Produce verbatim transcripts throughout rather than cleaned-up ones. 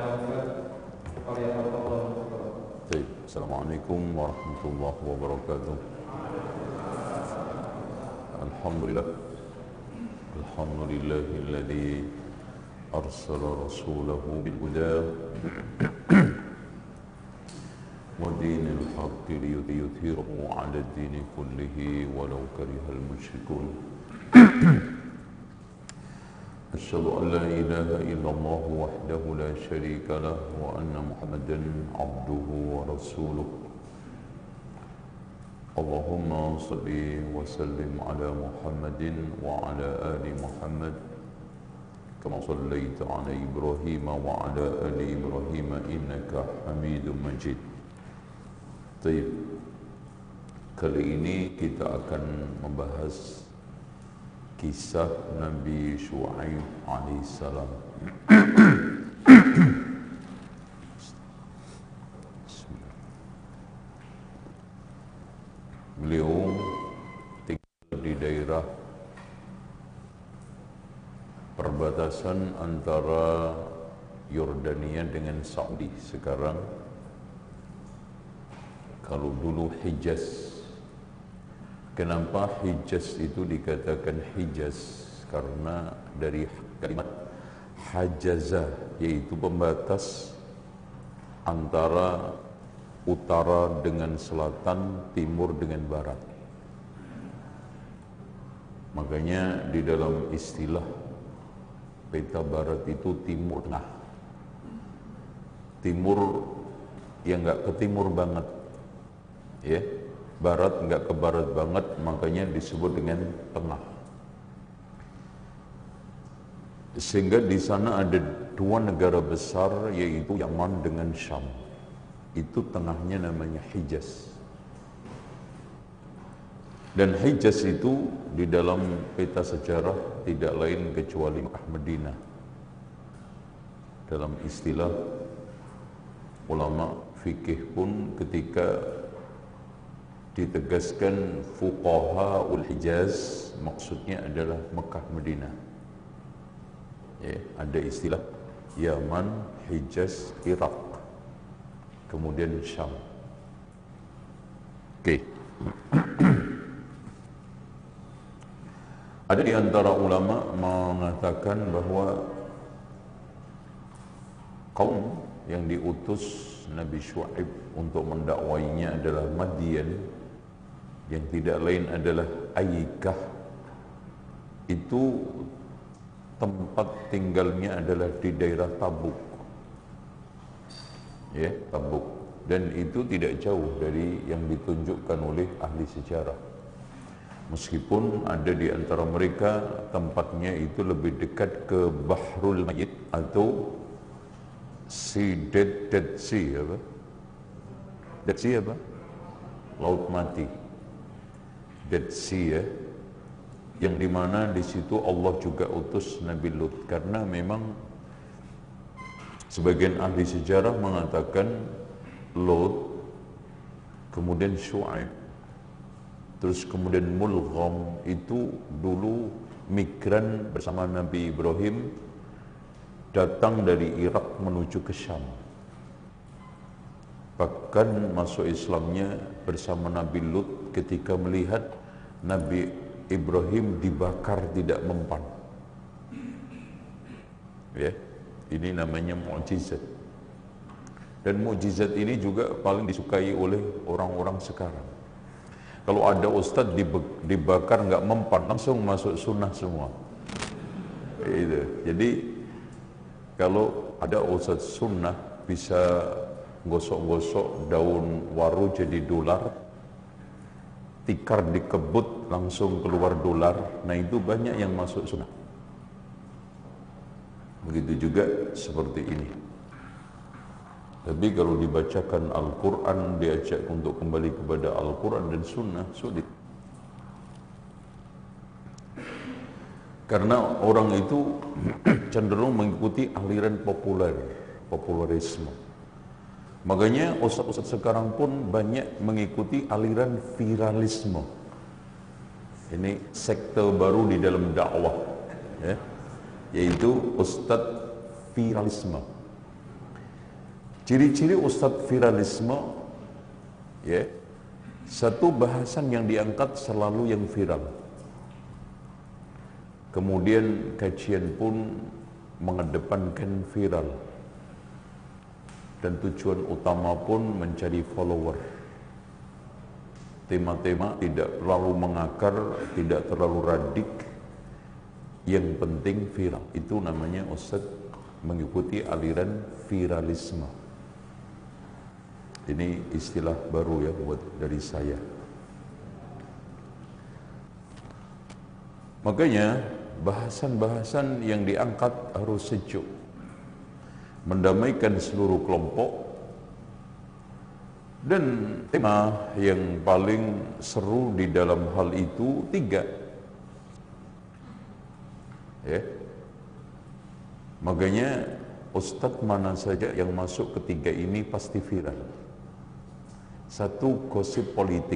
Assalamualaikum warahmatullahi wabarakatuh. Alhamdulillah. Alhamdulillahilladzi arsala rasulahu bil huda wa dinil haqqi liyudhhirahu 'ala ad-dini kullihi walau karihal musyrikun. Asyhadu an la ilaha illallah wahdahu la syarika lah wa anna Muhammadan 'abduhu wa rasuluh. Allahumma shalli wa sallim ala Muhammadin wa ala ali Muhammad kama shallaita ala Ibrahim wa ala ali Ibrahim innaka Hamidum Majid. Baik. Kali ini kita akan membahas kisah Nabi Syuaib alaihissalam. Beliau tinggal di daerah perbatasan antara Yordania dengan Saudi sekarang. Kalau dulu Hijaz. Kenapa Hijaz itu dikatakan Hijaz? Karena dari kalimat Hajazah, yaitu pembatas antara utara dengan selatan, timur dengan barat. Makanya di dalam istilah peta barat itu timur tengah. Timur yang enggak ke timur banget. Ya. Barat enggak ke barat banget, makanya disebut dengan tengah. Sehingga di sana ada dua negara besar, yaitu Yaman dengan Syam. Itu tengahnya namanya Hijaz. Dan Hijaz itu di dalam peta sejarah tidak lain kecuali Mekah Madinah. Dalam istilah ulama fikih pun ketika ditegaskan fuqaha ul Hijaz, maksudnya adalah Mekah Madinah. Ya, ada istilah Yaman, Hijaz, Irak, kemudian Syam. Oke. Okay. Ada di antara ulama mengatakan bahwa kaum yang diutus Nabi Syuaib untuk mendakwainya adalah Madian, yang tidak lain adalah Aikah. Itu tempat tinggalnya adalah di daerah Tabuk. Ya, Tabuk. Dan itu tidak jauh dari yang ditunjukkan oleh ahli sejarah. Meskipun ada di antara mereka tempatnya itu lebih dekat ke Bahrul Mayyit atau Sea Dead, Dead Sea apa? Dead Sea apa? Laut mati. Dead Sea, ya. Yang dimana di situ Allah juga utus Nabi Lut, karena memang sebagian ahli sejarah mengatakan Lut, kemudian Syuaib, terus kemudian Mulgham itu dulu migran bersama Nabi Ibrahim datang dari Irak menuju ke Syam. Bahkan masuk Islamnya bersama Nabi Lut ketika melihat Nabi Ibrahim dibakar tidak mempan. Ya, ini namanya mukjizat. Dan mukjizat ini juga paling disukai oleh orang-orang sekarang. Kalau ada ustadz dibakar nggak mempan, langsung masuk sunnah semua. Itu. Jadi kalau ada ustadz sunnah bisa gosok-gosok daun waru jadi dolar, tikar dikebut langsung keluar dolar. Nah, itu banyak yang masuk sunnah. Begitu juga seperti ini. Tapi kalau dibacakan Al-Quran, diajak untuk kembali kepada Al-Quran dan sunnah, sulit. Karena orang itu cenderung mengikuti aliran populer, popularisme. Makanya ustaz-ustaz sekarang pun banyak mengikuti aliran viralisme. Ini sekte baru di dalam dakwah, ya, yaitu ustaz viralisme. Ciri-ciri ustadz viralisme, ya, satu bahasan yang diangkat selalu yang viral. Kemudian kajian pun mengedepankan viral. Dan tujuan utama pun mencari follower. Tema-tema tidak terlalu mengakar, tidak terlalu radik, yang penting viral. Itu namanya ustadz mengikuti aliran viralisme. Ini istilah baru ya buat dari saya. Makanya bahasan-bahasan yang diangkat harus sejuk, mendamaikan seluruh kelompok. Dan tema yang paling seru di dalam hal itu tiga, ya. Makanya ustadz mana saja yang masuk ketiga ini pasti viral. Satu, gosip politik.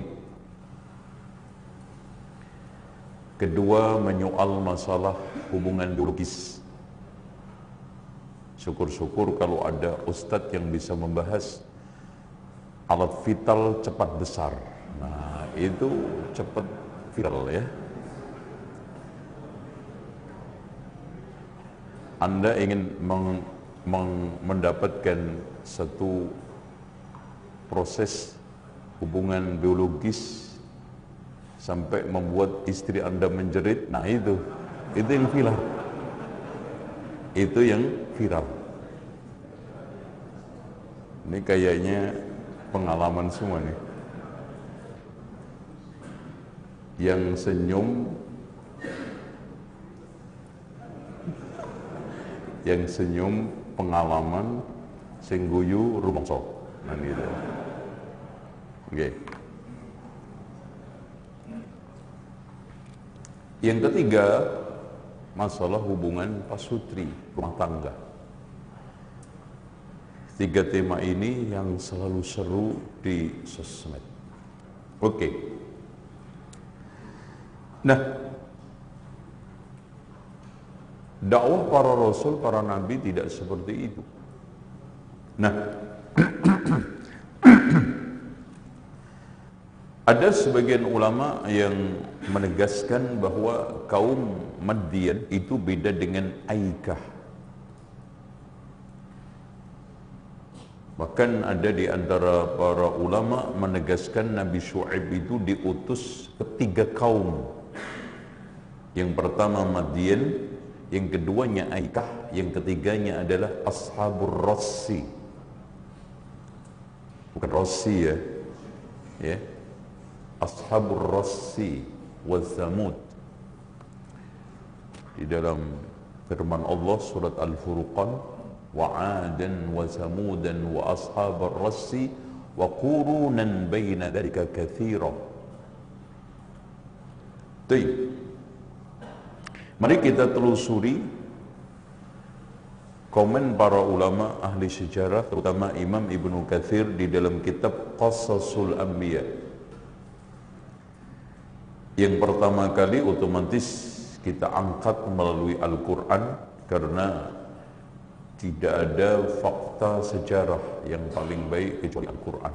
Kedua, menyoal masalah hubungan biologis. Syukur-syukur kalau ada ustadz yang bisa membahas alat vital cepat besar. Nah, itu cepat viral ya. Anda ingin meng, meng, mendapatkan satu proses hubungan biologis sampai membuat istri Anda menjerit, nah itu, itu yang viral. Itu yang viral. Ini kayaknya pengalaman semua nih. Yang senyum, yang senyum pengalaman, sing guyu rumangsa. Nah gitu. Oke. Yang ketiga, masalah hubungan pasutri, rumah tangga. Tiga tema ini yang selalu seru di sosmed. Oke. Nah, dakwah para rasul, para nabi tidak seperti itu. Nah, ada sebagian ulama yang menegaskan bahwa kaum Madian itu beda dengan Aikah. Bahkan ada di antara para ulama menegaskan Nabi Syuaib itu diutus ke tiga kaum. Yang pertama Madian, yang keduanya Aikah, yang ketiganya adalah Ashabur Rassi. Bukan Rassi ya. Ya. Ashabur Rassi wa Thamud. Di dalam firman Allah surat Al-Furqan, wa 'adan wa Thamudan wa ashabar rassi wa qurunan baina dzalika katsira. Baik. Mari kita telusuri komen para ulama ahli sejarah, terutama Imam Ibnu Katsir di dalam kitab Qasasul Anbiya. Yang pertama kali otomatis kita angkat melalui Al-Quran, karena tidak ada fakta sejarah yang paling baik kecuali Al-Quran.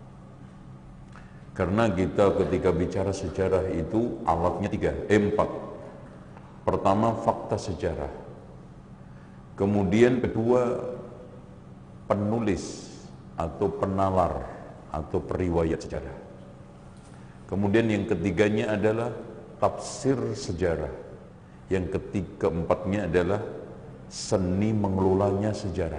Karena kita ketika bicara sejarah itu alatnya tiga, eh, empat. Pertama fakta sejarah. Kemudian kedua penulis atau penalar atau periwayat sejarah. Kemudian yang ketiganya adalah tafsir sejarah. Yang ketiga empatnya adalah seni mengelolanya sejarah.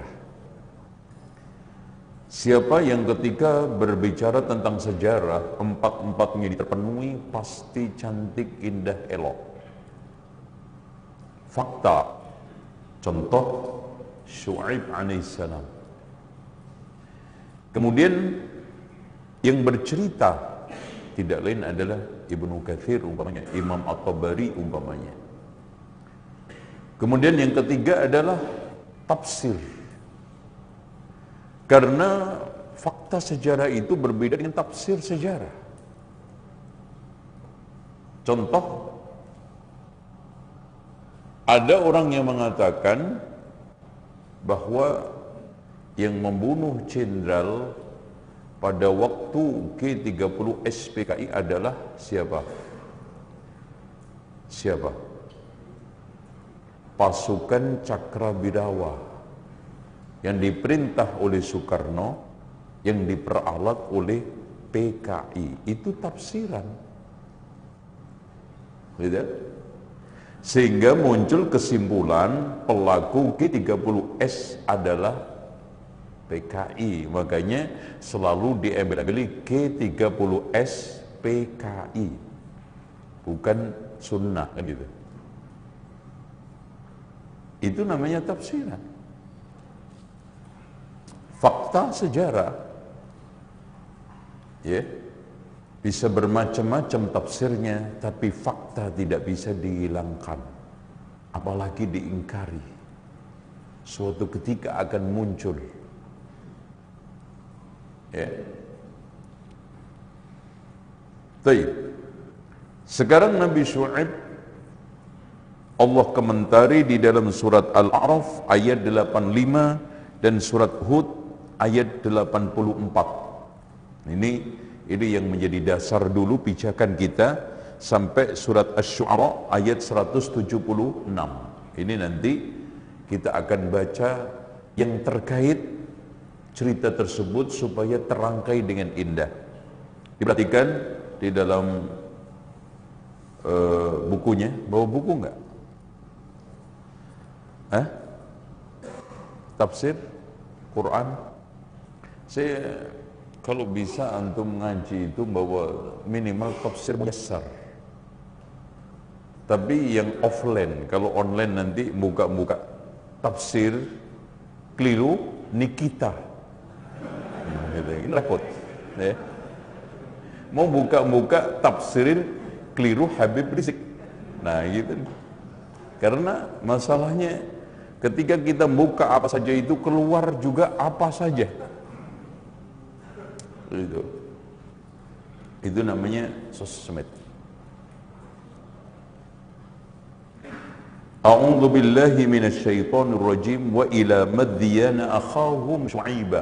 Siapa yang ketika berbicara tentang sejarah empat-empatnya terpenuhi, pasti cantik, indah, elok. Fakta, contoh Syuaib alaihissalam. Kemudian yang bercerita tidak lain adalah Ibnu Katsir umpamanya, Imam At-Tabari umpamanya. Kemudian yang ketiga adalah tafsir. Karena fakta sejarah itu berbeda dengan tafsir sejarah. Contoh, ada orang yang mengatakan bahwa yang membunuh jenderal pada waktu G tiga puluh S P K I adalah siapa? Siapa? Pasukan Cakrawirawa yang diperintah oleh Soekarno, yang diperalat oleh P K I. Itu tafsiran. Gitu? Sehingga muncul kesimpulan pelaku G tiga puluh S adalah P K I. Makanya selalu diambil-ambil G tiga puluh S P K I, bukan sunnah, kan gitu. Itu namanya tafsiran. Fakta sejarah, ya, bisa bermacam-macam tafsirnya, tapi fakta tidak bisa dihilangkan, apalagi diingkari. Suatu ketika akan muncul. Ya. Baik. Sekarang Nabi Syuaib Allah komentari di dalam surat Al-A'raf ayat delapan puluh lima dan surat Hud ayat delapan puluh empat. Ini ini yang menjadi dasar dulu pijakan kita sampai surat Asy-Syu'ara ayat seratus tujuh puluh enam. Ini nanti kita akan baca yang terkait cerita tersebut supaya terangkai dengan indah. Diperhatikan di dalam uh, bukunya, bawa buku enggak? Hah? Tafsir Quran. Saya kalau bisa antum ngaji itu bawa minimal tafsir Muyassar. Tapi yang offline, kalau online nanti buka-buka tafsir keliru Nikita. Ini repot. Ya. Mau buka-buka tafsirin keliru Habib Rizik. Nah, gitu. Karena masalahnya ketika kita buka apa saja itu keluar juga apa saja. Itu. Itu namanya sosmed. A'udzu billahi minasy syaithanir rajim wa ila madyana akhahum syu'aiba.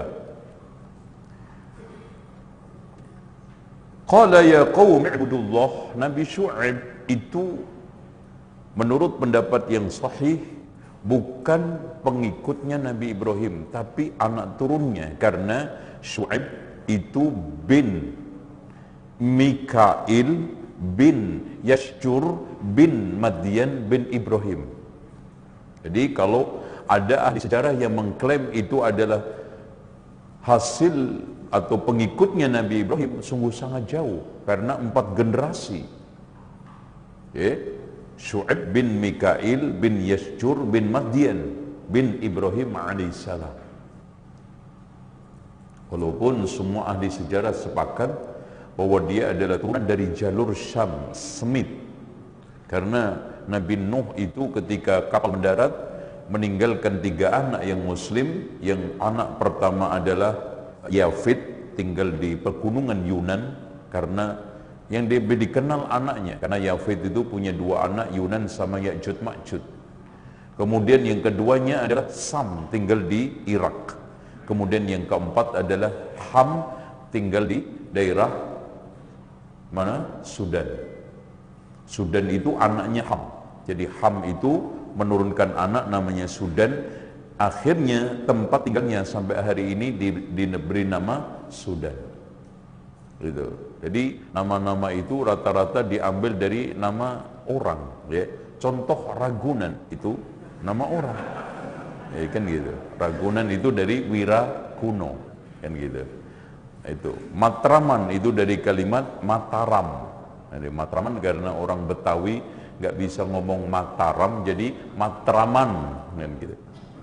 Qala ya qaumi ibudullah. Nabi Syuaib itu menurut pendapat yang sahih bukan pengikutnya Nabi Ibrahim, tapi anak turunnya, karena Syuaib itu bin Mikail bin Yashjur bin Madian bin Ibrahim. Jadi kalau ada ahli sejarah yang mengklaim itu adalah hasil atau pengikutnya Nabi Ibrahim, sungguh sangat jauh, karena empat generasi. Ya. Syuaib bin Mikail bin Yashjur bin Madian bin Ibrahim alaihissalam. Walaupun semua ahli sejarah sepakat bahwa dia adalah turunan dari jalur Syam, Semit. Karena Nabi Nuh itu ketika kapal mendarat meninggalkan tiga anak yang muslim, yang anak pertama adalah Yafid, tinggal di pegunungan Yunan, karena yang dia dikenal anaknya, karena Yafid itu punya dua anak, Yunan sama Ya'jud Ma'jud. Kemudian yang keduanya adalah Sam, tinggal di Irak. Kemudian yang keempat adalah Ham, tinggal di daerah mana? Sudan. Sudan itu anaknya Ham. Jadi Ham itu menurunkan anak namanya Sudan. Akhirnya tempat tinggalnya sampai hari ini diberi nama Sudan. Gitu. Jadi nama-nama itu rata-rata diambil dari nama orang, ya. Contoh Ragunan itu nama orang, ya kan gitu. Ragunan itu dari Wira kuno, kan gitu. Itu Matraman itu dari kalimat Mataram. Jadi Matraman karena orang Betawi nggak bisa ngomong Mataram, jadi Matraman, kan gitu.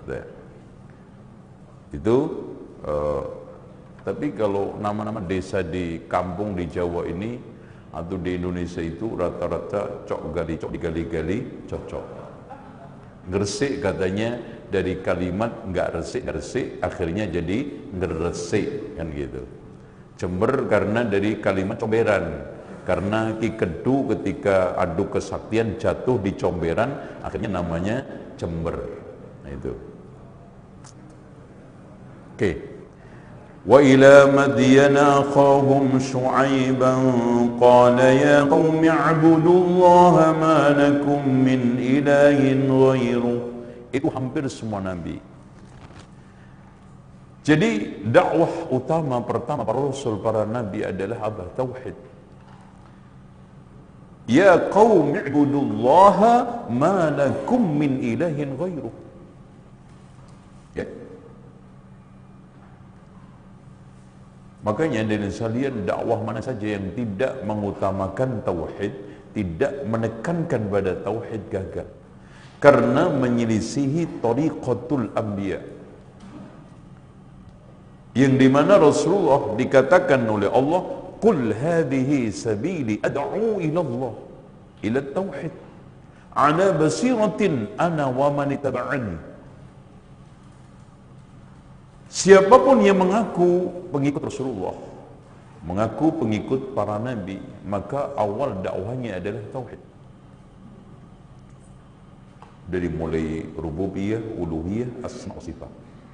Itu. Uh, Tapi kalau nama-nama desa di kampung di Jawa ini atau di Indonesia itu rata-rata cok gali cok digali-gali cocok. Gresik katanya dari kalimat nggak resik resik akhirnya jadi ngeresik, kan gitu. Jember karena dari kalimat comberan, karena Ki Kedu ketika adu kesaktian jatuh di comberan akhirnya namanya Jember. Nah itu. Okay. Wa ila madyana akhahum Syu'aiban qala ya qaumi i'budullaha ma lakum min ilahin ghairuh. Itu hampir semua nabi. Jadi dakwah utama pertama para rasul, para nabi adalah apa? Tauhid. Ya qaumi i'budullaha ma lakum min ilahin ghairuh. Ya. Makanya dari sekalian, dakwah mana saja yang tidak mengutamakan tauhid, tidak menekankan pada tauhid, gagal. Karena menyelisihi tariqatul anbiya. Yang dimana Rasulullah dikatakan oleh Allah, qul hadhihi sabili ad'u ila Allah, ila tauhid, ala basiratin ana wa man ittaba'ani. Siapapun yang mengaku pengikut Rasulullah, mengaku pengikut para nabi, maka awal dakwahnya adalah tauhid. Dari mulai rububiyah, uluhiyah, asma' wa sifat.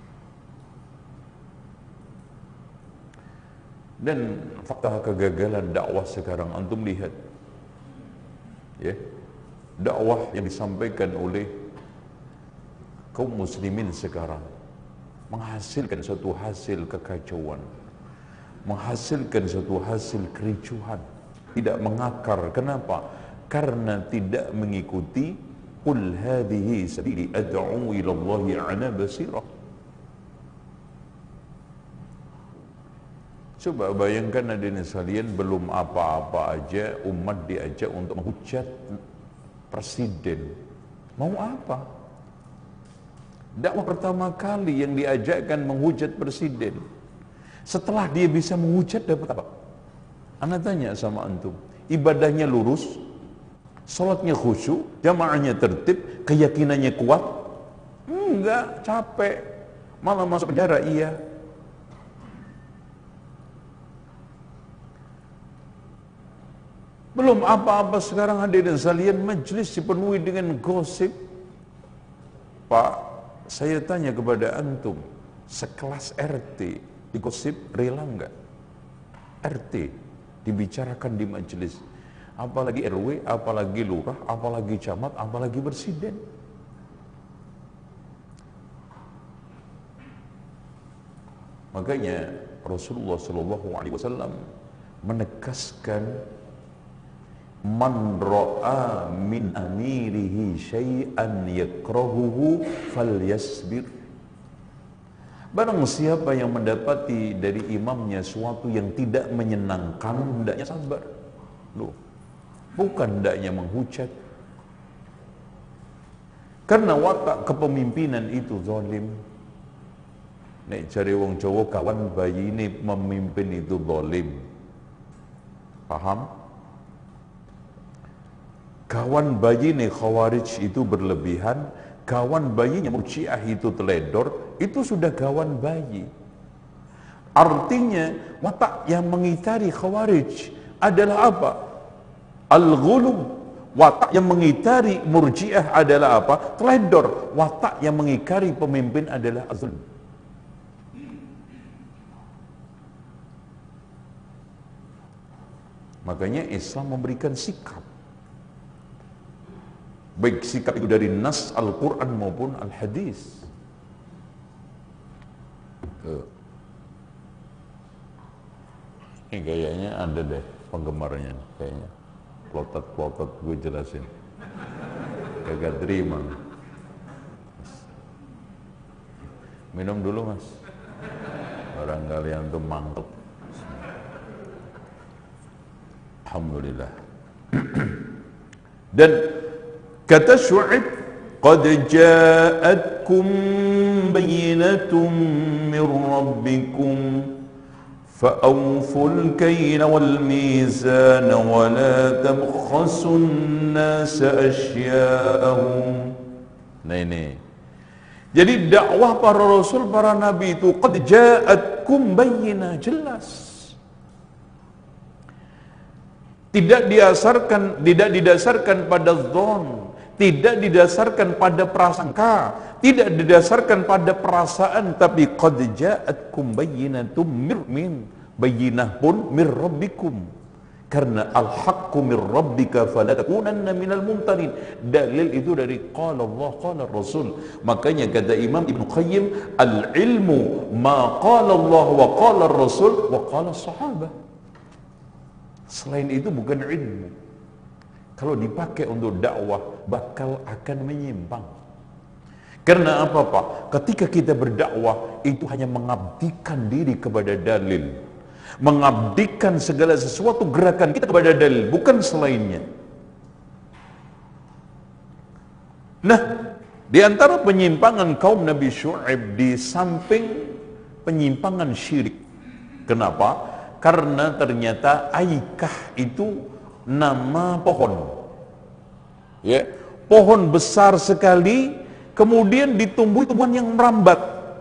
Dan fakta kegagalan dakwah sekarang, antum lihat, ya, dakwah yang disampaikan oleh kaum muslimin sekarang menghasilkan suatu hasil kekacauan, menghasilkan suatu hasil kericuhan, tidak mengakar. Kenapa? Karena tidak mengikuti qul hadhihi sabili ad'u ila Allahi ala basirah. Coba bayangkan hadirin sekalian, belum apa-apa aja umat diajak untuk menghujat presiden. Mau apa? Dakwah pertama kali yang diajakkan menghujat presiden. Setelah dia bisa menghujat, dapat apa? Ana tanya sama antum, ibadahnya lurus, salatnya khusyuk, jamaahnya tertib, keyakinannya kuat? Enggak, capek, malah masuk penjara. Iya. Belum apa-apa sekarang hadirin sekalian, majelis dipenuhi dengan gosip. Pak, saya tanya kepada antum, sekelas R T digosip rela enggak? R T dibicarakan di majelis, apalagi R W, apalagi lurah, apalagi camat, apalagi presiden. Makanya Rasulullah Shallallahu Alaihi Wasallam menegaskan, man ra'a min amirihi syai'an yakrahuhu falyasbir. Barang siapa yang mendapati dari imamnya sesuatu yang tidak menyenangkan, hendaknya sabar. Loh, bukan hendaknya menghujat. Karena watak kepemimpinan itu zalim. Nek cari wong Jawa, kawan bayi ini memimpin itu zalim. Paham? Kawan bayi nih Khawarij itu berlebihan, kawan bayinya Murji'ah itu teledor, itu sudah kawan bayi. Artinya watak yang mengitari Khawarij adalah apa? Al-ghulu. Watak yang mengitari Murji'ah adalah apa? Teledor. Watak yang mengitari pemimpin adalah azul. Makanya Islam memberikan sikap. Baik sikap itu dari nas Al-Quran maupun Al-Hadis. Ini kayaknya ada deh penggemarnya, kayaknya. Plotot-plotot gue jelasin. Kagak terima. Minum dulu mas. Barangkali antum mangkep. Alhamdulillah. Dan kata Syu'aib, qad ja'atkum bayyinatun min rabbikum fa'awful kayla wal mizana wa la tabkhasun nasa asya'ahum. Nah ini. Jadi dakwah para rasul, para nabi itu qad ja'atkum bayyinah, jelas. Tidak didasarkan tidak didasarkan pada dzon, tidak didasarkan pada prasangka, tidak didasarkan pada perasaan, tapi qad ja'atkum bayyinatum min bayyinah pun mir rabbikum, karena al-haqqu mir rabbika fala takunanna minal mumtarin. Dalil itu dari qala Allah qala Rasul. Makanya kata Imam Ibnu Qayyim, al-ilmu ma qala Allah wa qala Rasul wa qala sahabah. Selain itu bukan ilmu. Kalau dipakai untuk dakwah bakal akan menyimpang. Karena apa Pak? Ketika kita berdakwah itu hanya mengabdikan diri kepada dalil, mengabdikan segala sesuatu gerakan kita kepada dalil, bukan selainnya. Nah, di antara penyimpangan kaum Nabi Syu'aib di samping penyimpangan syirik. Kenapa? Karena ternyata Aikah itu nama pohon, ya, pohon besar sekali, kemudian ditumbuhi tumbuhan yang merambat.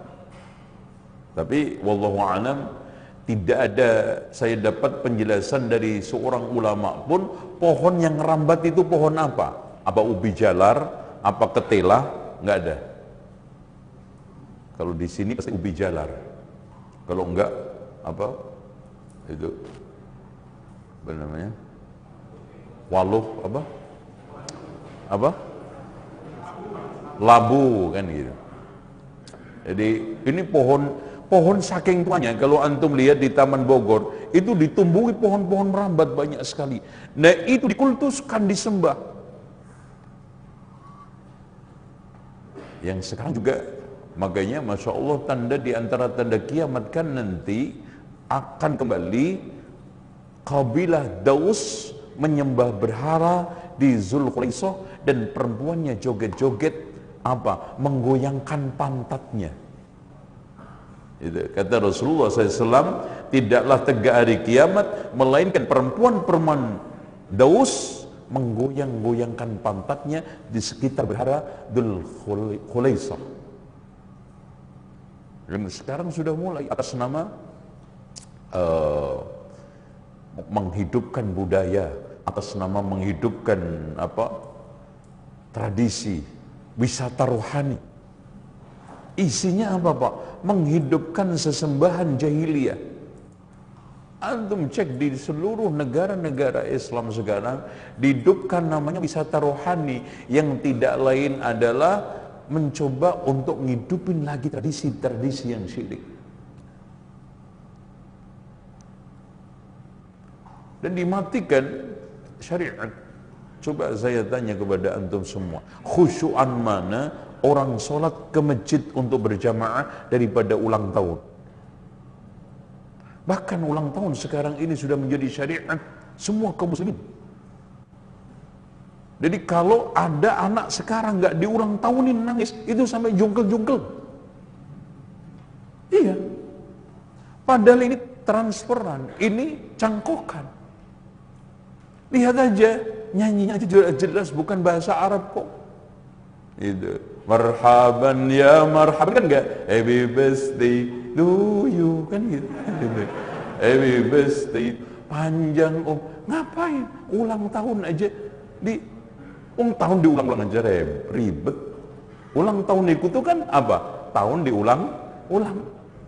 Tapi wallahu a'lam, tidak ada saya dapat penjelasan dari seorang ulama pun pohon yang merambat itu pohon apa? Apa ubi jalar, apa ketela? Nggak ada. Kalau di sini pasti ubi jalar. Kalau enggak apa? Itu apa namanya? Waluh apa? Apa? Labu kan gitu. Jadi ini pohon pohon saking tuanya, kalau antum lihat di Taman Bogor itu ditumbuhi pohon-pohon merambat banyak sekali. Nah itu dikultuskan, disembah. Yang sekarang juga makanya masya Allah tanda di antara tanda kiamat kan nanti akan kembali kabilah Daus menyembah berhala di Zulkhuwaisah dan perempuannya joget-joget apa? Menggoyangkan pantatnya. Itu kata Rasulullah shallallahu alaihi wasallam, tidaklah tegak hari kiamat melainkan perempuan-perempuan Daus menggoyang-goyangkan pantatnya di sekitar berhala Dzulkhuwaisah. Dan sekarang sudah mulai atas nama uh, menghidupkan budaya, atas nama menghidupkan apa tradisi wisata rohani. Isinya apa Pak? Menghidupkan sesembahan jahiliyah. Antum cek di seluruh negara-negara Islam sekarang dihidupkan namanya wisata rohani, yang tidak lain adalah mencoba untuk menghidupin lagi tradisi-tradisi yang syirik. Dan dimatikan syariat. Coba saya tanya kepada antum semua, khusyuan mana orang sholat ke masjid untuk berjamaah daripada ulang tahun? Bahkan ulang tahun sekarang ini sudah menjadi syariat semua kaum muslimin. Jadi kalau ada anak sekarang nggak diulang tahunin nangis, itu sampai jungkel-jungkel. Iya. Padahal ini transferan, ini cangkokan. Lihat aja, nyanyinya aja jelas bukan bahasa Arab kok. Itu marhaban ya marhaban kan enggak? Happy birthday to you kan gitu. Happy birthday panjang om. Ngapain? Ulang tahun aja di ulang tahun diulang-ulang aja ribet. Ulang tahun itu kan apa? Tahun diulang-ulang.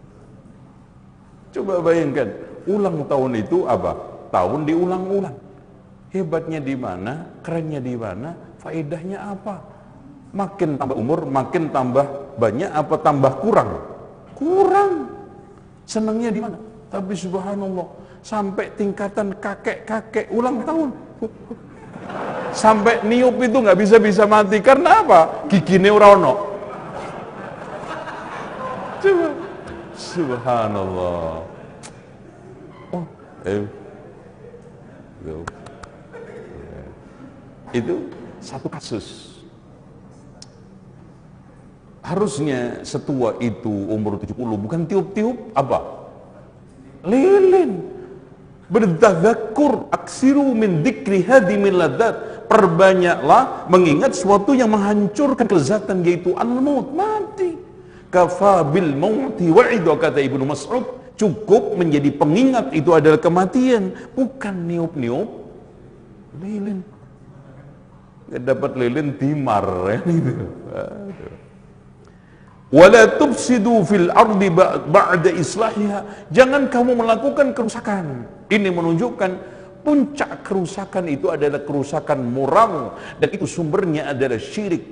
Coba bayangkan, ulang tahun itu apa? Tahun diulang-ulang. Hebatnya di mana? Kerennya di mana? Faedahnya apa? Makin tambah umur, makin tambah banyak apa tambah kurang? Kurang. Senangnya di mana? Tapi subhanallah, sampai tingkatan kakek-kakek ulang tahun. Sampai niup itu nggak bisa-bisa mati. Karena apa? Gigine ora ono. Coba. Subhanallah. Oh, eh. Itu satu kasus. Harusnya setua itu umur tujuh puluh bukan tiup-tiup apa? Lilin. Berdzakur aksiru min dzikri hadimil ladzat. Perbanyaklah mengingat sesuatu yang menghancurkan kelezatan, yaitu al-maut, mati. Kafa bil mauti wa'idha, kata Ibnu Mas'ud. Cukup menjadi pengingat itu adalah kematian, bukan niup-niup lilin. dapat lilin timar ya, gitu. Wala tufsidu fil ardi ba'da islahiha. Jangan kamu melakukan kerusakan. Ini menunjukkan puncak kerusakan itu adalah kerusakan moral, dan itu sumbernya adalah syirik.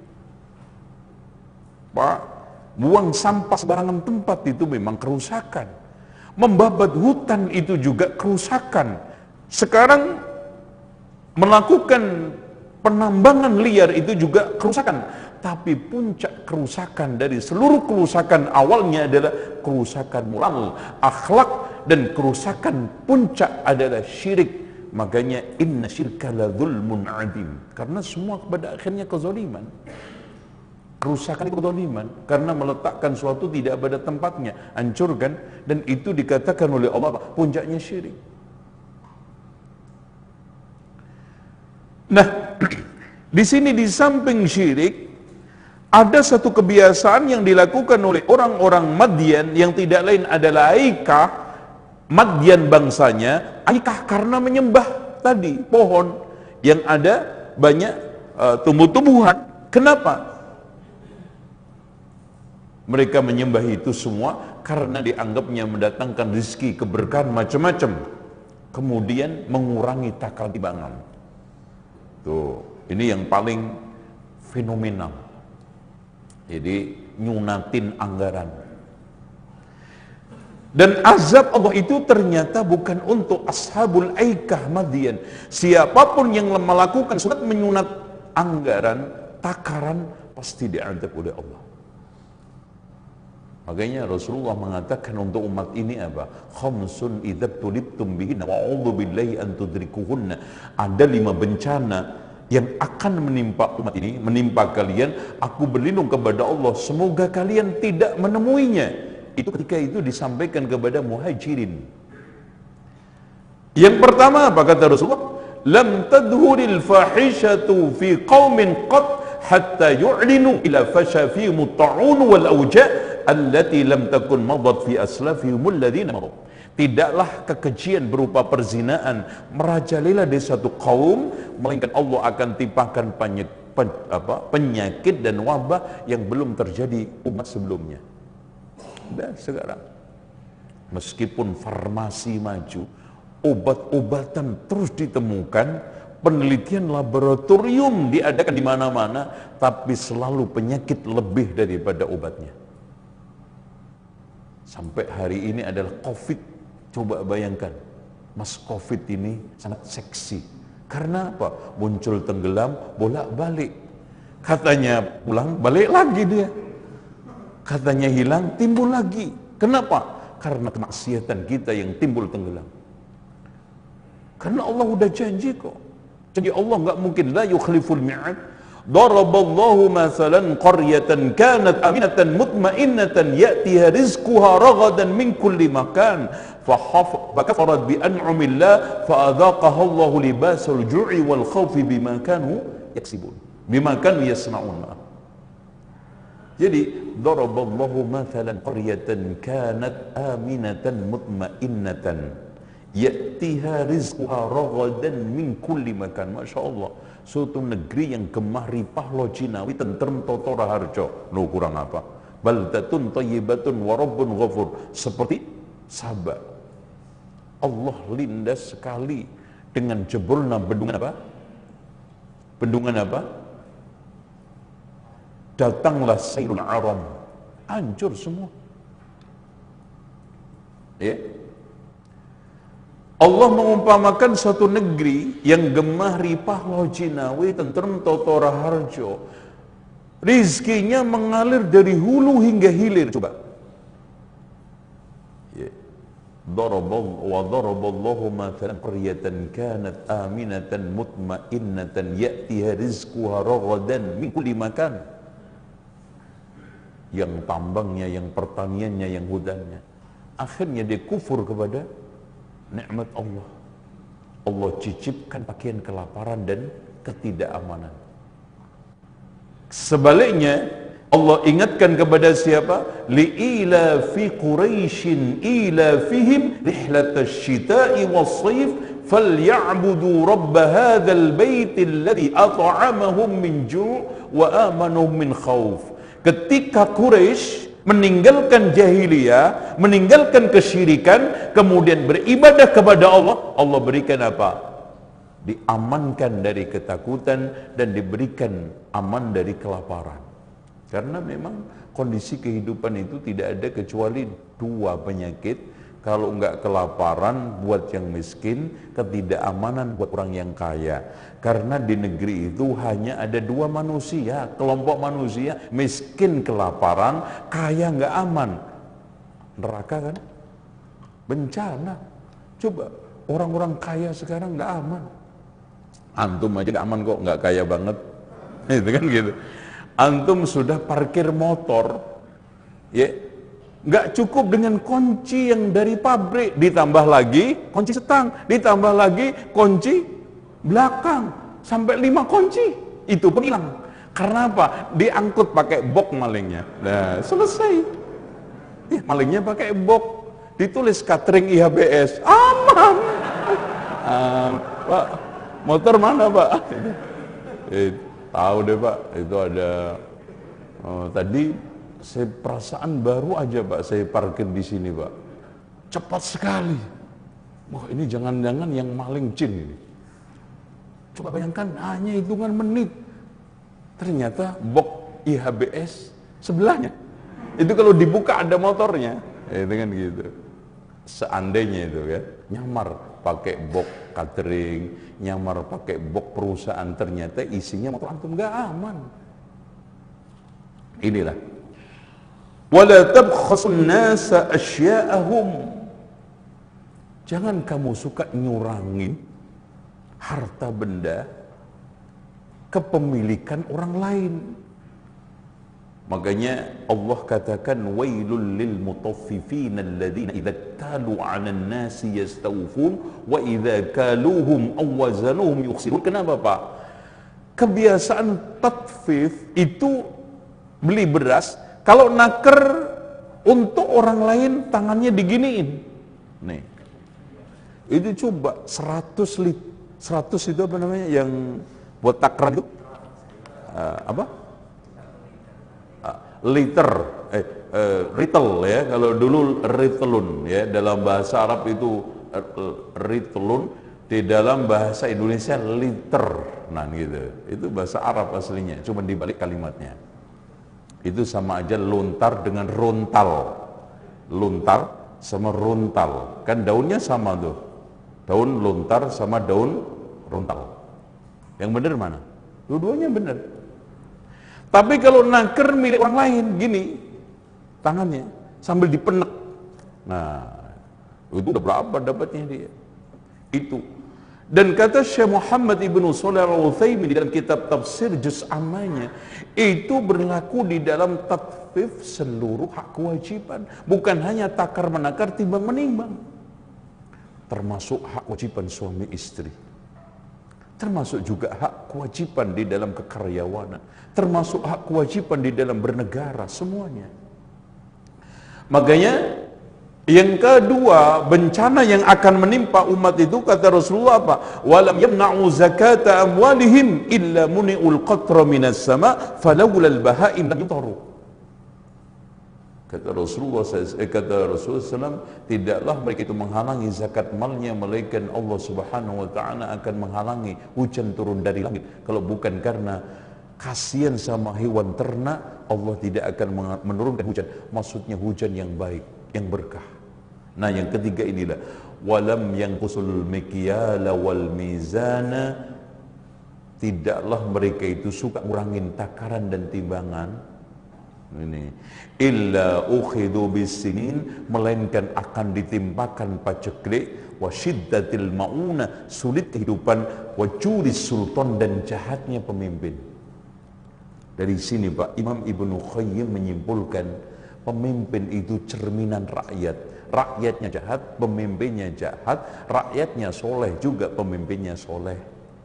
Pak, buang sampah sembarangan tempat itu memang kerusakan. Membabat hutan itu juga kerusakan. Sekarang melakukan penambangan liar itu juga kerusakan. Tapi puncak kerusakan dari seluruh kerusakan awalnya adalah kerusakan moral, akhlak, dan kerusakan puncak adalah syirik. Makanya inna syirka la dzulmun adzim. Karena semua pada akhirnya kezaliman. Kerusakan itu kezaliman karena meletakkan suatu tidak pada tempatnya, hancurkan, dan itu dikatakan oleh Allah puncaknya syirik. Nah, di sini di samping syirik ada satu kebiasaan yang dilakukan oleh orang-orang Madyan yang tidak lain adalah Aikah. Madyan bangsanya Aikah karena menyembah tadi pohon yang ada banyak uh, tumbuh-tumbuhan. Kenapa? Mereka menyembah itu semua karena dianggapnya mendatangkan rezeki, keberkahan macam-macam. Kemudian mengurangi takal timbangan. Tuh, ini yang paling fenomenal. Jadi nyunatin anggaran. Dan azab Allah itu ternyata bukan untuk ashabul Aikah Madyan. Siapapun yang melakukan sunat menyunat anggaran, takaran, pasti diazab oleh Allah. Makanya Rasulullah mengatakan untuk umat ini apa? Khamsun idzab tulibtum bihinna wa'udzu billahi an tudrikuhunna. Ada lima bencana yang akan menimpa umat ini, menimpa kalian, aku berlindung kepada Allah, semoga kalian tidak menemuinya. Itu ketika itu disampaikan kepada muhajirin. Yang pertama apa kata Rasulullah? Lam tadhuril fahishatu fi qaumin qat hatta yu'linu ila fasha fi mutta'un wal awja' allati lam takun madat fi aslafihim alladhina madu. Tidaklah kekejian berupa perzinaan merajalela di satu kaum, melainkan Allah akan timpakan penyakit, pen, apa, penyakit dan wabah yang belum terjadi umat sebelumnya. Dan sekarang, meskipun farmasi maju, obat-obatan terus ditemukan, penelitian laboratorium diadakan di mana-mana, tapi selalu penyakit lebih daripada obatnya. Sampai hari ini adalah COVID. Coba bayangkan, Mas Covid ini sangat seksi. Karena apa? Muncul tenggelam, bolak-balik. Katanya pulang, balik lagi dia. Katanya hilang, timbul lagi. Kenapa? Karena kemaksiatan kita yang timbul tenggelam. Karena Allah udah janji kok. Jadi Allah nggak mungkin la yukhliful mi'ad. Daraballahu mathalan qaryatan kanat aminatan mutmainnatan ya'tiha rizquha ragadan min kulli makan fakafarat bi an'amillah fa'adhaqaha Allahu libasal ju'i wal khawfi bima kanu yaksibun bima kanu yasna'un. Jadi daraballahu mathalan qaryatan kanat aminatan mutmainnatan ya'tiha rizquha ragadan min kulli makan. Masya Allah, suatu negeri yang gemah ripah lojinawi tentrem toto raharjo. No kurang apa? Baldatun thayyibatun wa rabbun ghafur. Seperti Sabah. Allah lindas sekali dengan jebolnya bendungan apa? Bendungan apa? Datanglah sailul aram. Hancur semua. Ya. Allah mengumpamakan satu negeri yang gemah ripah lojinawi tentrem toto raharjo, rizkinya mengalir dari hulu hingga hilir. Coba ya. Wa daraballahu mathalan qaryatan kanat aminatan mutmainnatan ya'tiha rizquha ragadan min kulli makan. Yang tambangnya, yang pertaniannya, yang hutannya, akhirnya dia kufur kepada nikmat Allah. Allah cicipkan pakaian kelaparan dan ketidakamanan. Sebaliknya, Allah ingatkan kepada siapa? Li'ila fi Quraisyin ila fihim rihlatash shita'i was-sayf falyabudu rabb hadzal baitil ladzi at'amahum min ju' wa amanahum min khauf. Ketika Quraisy meninggalkan jahiliyah, meninggalkan kesyirikan, kemudian beribadah kepada Allah, Allah berikan apa? Diamankan dari ketakutan dan diberikan aman dari kelaparan. Karena memang kondisi kehidupan itu tidak ada kecuali dua penyakit. Kalau enggak kelaparan buat yang miskin, ketidakamanan buat orang yang kaya. Karena di negeri itu hanya ada dua manusia, kelompok manusia, miskin kelaparan, kaya enggak aman. Neraka kan? Bencana. Coba orang-orang kaya sekarang enggak aman. Antum aja enggak aman kok, enggak kaya banget. Itu kan gitu. Antum sudah parkir motor, ya, nggak cukup dengan kunci yang dari pabrik, ditambah lagi kunci setang, ditambah lagi kunci belakang, sampai lima kunci, itu pun hilang. Karena apa? Diangkut pakai box malingnya. Nah, selesai. Ya, malingnya pakai box, ditulis catering I H B S, aman. Ah, Pak, motor mana Pak? Eh, tahu deh Pak, itu ada oh, tadi saya perasaan baru aja Pak, saya parkir di sini Pak. Cepat sekali. Wah, ini jangan-jangan yang maling jin ini. Coba bayangkan hanya hitungan menit. Ternyata box I H B S sebelahnya. Itu kalau dibuka ada motornya. Ya, itu kan gitu. Seandainya itu kan nyamar pakai box catering, nyamar pakai box perusahaan, ternyata isinya motor antum nggak aman. Inilah wala tabkhasun nasa asya'ahum. Jangan kamu suka nyurangin harta benda kepemilikan orang lain. Makanya Allah katakan wailul lil mutaffifin alladzina idza talu 'alan nasi yastawfun wa idza kaluhum aw wazanuhum yukhsirun. Kenapa Pak? Kebiasaan tatfif itu beli beras, kalau naker untuk orang lain tangannya diginiin. Nih. Itu coba seratus lit, seratus itu apa namanya yang buat takaran itu? Uh, apa? Uh, liter, eh, uh, ritel ya. Kalau dulu ritelun ya, dalam bahasa Arab itu uh, ritelun, di dalam bahasa Indonesia liter. Nah gitu. Itu bahasa Arab aslinya, cuma dibalik kalimatnya. Itu sama aja lontar dengan rontal. Lontar sama rontal, kan daunnya sama tuh. Daun lontar sama daun rontal. Yang benar mana? Dua-duanya benar. Tapi kalau naker milik orang lain gini, tangannya sambil dipenek. Nah, itu udah berapa dapatnya dia? Itu. Dan kata Syekh Muhammad Ibnu Shalih Al-Utsaimin di dalam kitab tafsir juz amanya, itu berlaku di dalam tatfif seluruh hak kewajiban, bukan hanya takar menakar timbang menimbang. Termasuk hak kewajiban suami istri, termasuk juga hak kewajiban di dalam kekaryawanan, termasuk hak kewajiban di dalam bernegara, semuanya. Makanya yang kedua, bencana yang akan menimpa umat itu, kata Rasulullah apa? Walam yamna'u zakata amwalihim illa muni'ul qatra minas sama falawla al-baha'im lam yutaru. Kata Rasulullah, eh, kata Rasulullah shallallahu alaihi wasallam, tidaklah mereka itu menghalangi zakat malnya, melainkan Allah Subhanahu wa taala akan menghalangi hujan turun dari langit. Kalau bukan karena kasihan sama hewan ternak, Allah tidak akan menurunkan hujan. Maksudnya hujan yang baik, yang berkah. Nah, yang ketiga inilah walam yanqusul mikyala wal mizana, tidaklah mereka itu suka ngurangin takaran dan timbangan. Ini illa ukhidu bisinin, melainkan akan ditimpakan paceklik, wa syiddatil mauna, sulit kehidupan, wa juris sultan, dan jahatnya pemimpin. Dari sini Pak Imam Ibnu Qayyim menyimpulkan, pemimpin itu cerminan rakyat. Rakyatnya jahat, pemimpinnya jahat. Rakyatnya soleh juga, pemimpinnya soleh.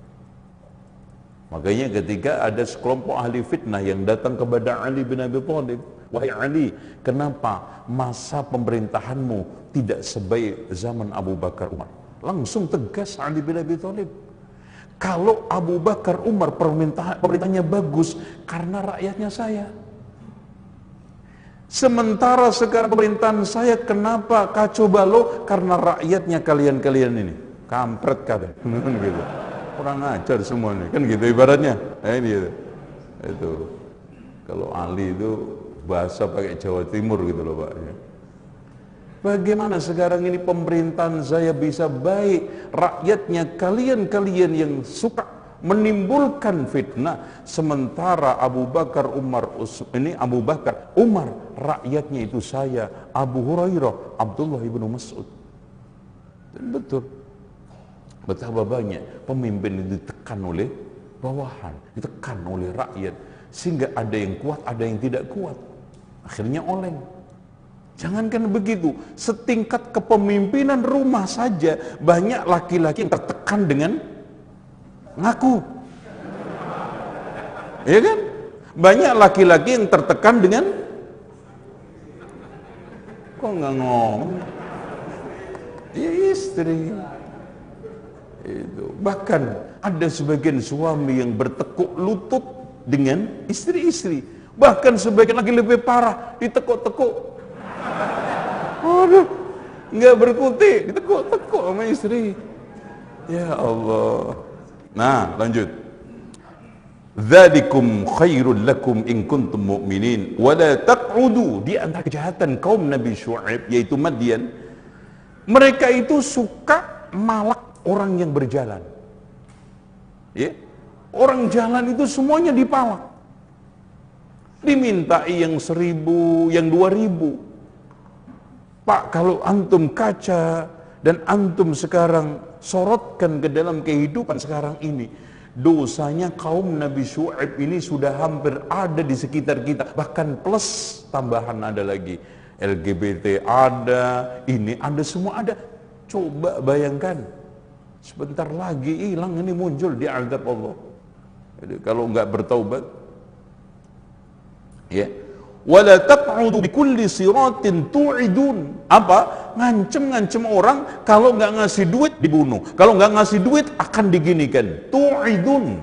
Makanya ketika ada sekelompok ahli fitnah yang datang kepada Ali bin Abi Thalib, wahai Ali, kenapa masa pemerintahanmu tidak sebaik zaman Abu Bakar Umar? Langsung tegas Ali bin Abi Thalib. Kalau Abu Bakar, Umar permintaan pemerintahnya bagus karena rakyatnya saya. Sementara sekarang pemerintahan saya kenapa kacau balau? Karena rakyatnya kalian-kalian ini. Kampret kata. Gitu. Kurang ajar semua nih. Kan gitu ibaratnya. Nah, ini gitu. Itu. Kalau Ali itu bahasa pakai Jawa Timur gitu loh Pak. Bagaimana sekarang ini pemerintahan saya bisa baik, rakyatnya kalian-kalian yang suka menimbulkan fitnah, sementara Abu Bakar, Umar, ini Abu Bakar, Umar, rakyatnya itu saya, Abu Hurairah, Abdullah ibnu Mas'ud. Dan betul, betapa banyak pemimpin itu ditekan oleh bawahan, ditekan oleh rakyat, sehingga ada yang kuat, ada yang tidak kuat, akhirnya oleng. Jangankan begitu, setingkat kepemimpinan rumah saja banyak laki-laki yang tertekan dengan ngaku. Ya kan? Banyak laki-laki yang tertekan dengan kok nggak ngomong? Ya istri. Itu. Bahkan ada sebagian suami yang bertekuk lutut dengan istri-istri. Bahkan sebagian lagi lebih parah, ditekuk-tekuk. Aduh, nggak berkutik, ditekuk-tekuk sama istri. Ya Allah. Nah, lanjut. Dzalikum khairul lakum in kuntum mu'minin wa la taq'udu. Di antara kejahatan kaum Nabi Syuaib yaitu Madian, mereka itu suka malak orang yang berjalan. Ya. Orang jalan itu semuanya dipalak. Dimintai yang seribu, yang dua ribu. Pak, kalau antum kaca dan antum sekarang sorotkan ke dalam kehidupan sekarang ini, dosanya kaum Nabi Syuaib ini sudah hampir ada di sekitar kita, bahkan plus tambahan ada lagi, L G B T ada, ini ada, semua ada. Coba bayangkan, sebentar lagi hilang ini muncul di azab Allah. Jadi, kalau nggak bertaubat, ya. Wala taq'udu bikulli siratin tu'idun. Apa? Ngancem-ngancem orang, kalau nggak ngasih duit dibunuh, kalau nggak ngasih duit akan diginikan. Tu'idun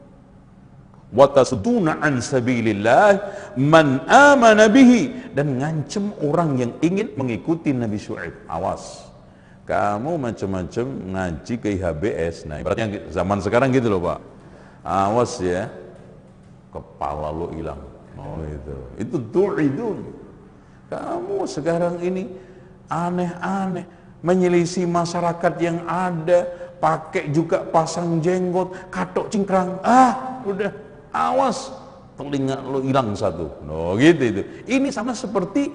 wa tasuduna an sabilillah man amana bihi. Dan ngancem orang yang ingin mengikuti Nabi Syuaib. Awas, kamu macam-macam ngaji ke I H B S. Nah, ibaratnya zaman sekarang gitu loh Pak. Awas ya, kepala lo hilang. Oh itu, itu tu'idun. Kamu sekarang ini aneh-aneh, menyelisih masyarakat yang ada, pakai juga pasang jenggot, katok cingkrang. Ah, udah, awas, telinga lo hilang satu. No gitu itu. Ini sama seperti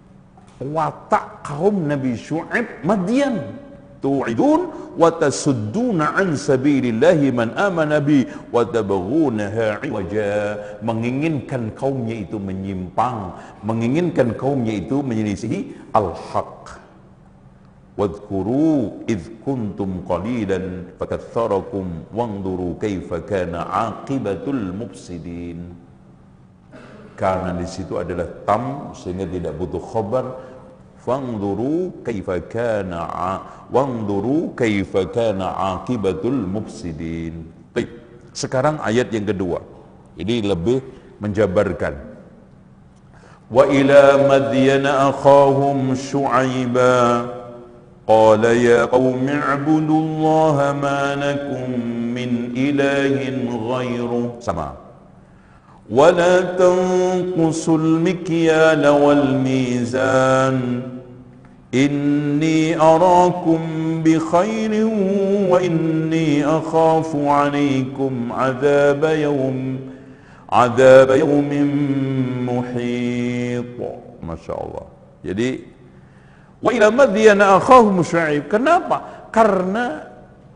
watak kaum Nabi Syuaib Madian. Tu'idun wa tasudduna an sabilillahi man amana bi wa tabghunaha 'iwaja. Menginginkan kaumnya itu menyimpang, menginginkan kaumnya itu menyelisihi al-haq. Wadhkuru idh kuntum qalilan fakaththarakum wanzuru kaifa kana 'aqibatul mufsidin. Karena di situ adalah tam sehingga tidak butuh khabar. Wanzuru kaifa kana wanzuru kaifa kana aqibatul mufsidin. Baik. Sekarang ayat yang kedua. Ini lebih menjabarkan. Wa ila madyana akhahum syu'aiba qala ya qaumi ibudullaha ma lakum min ilahin ghairuh. Sama. Wa la tanqusul mikyala wal mizan. Inni arakum bi khairin wa inni akhafu alaikum azab yawm azab yawmin muhit. Masya Allah. Jadi wa ila Madyana akhahum Syuaib. Kenapa? Karena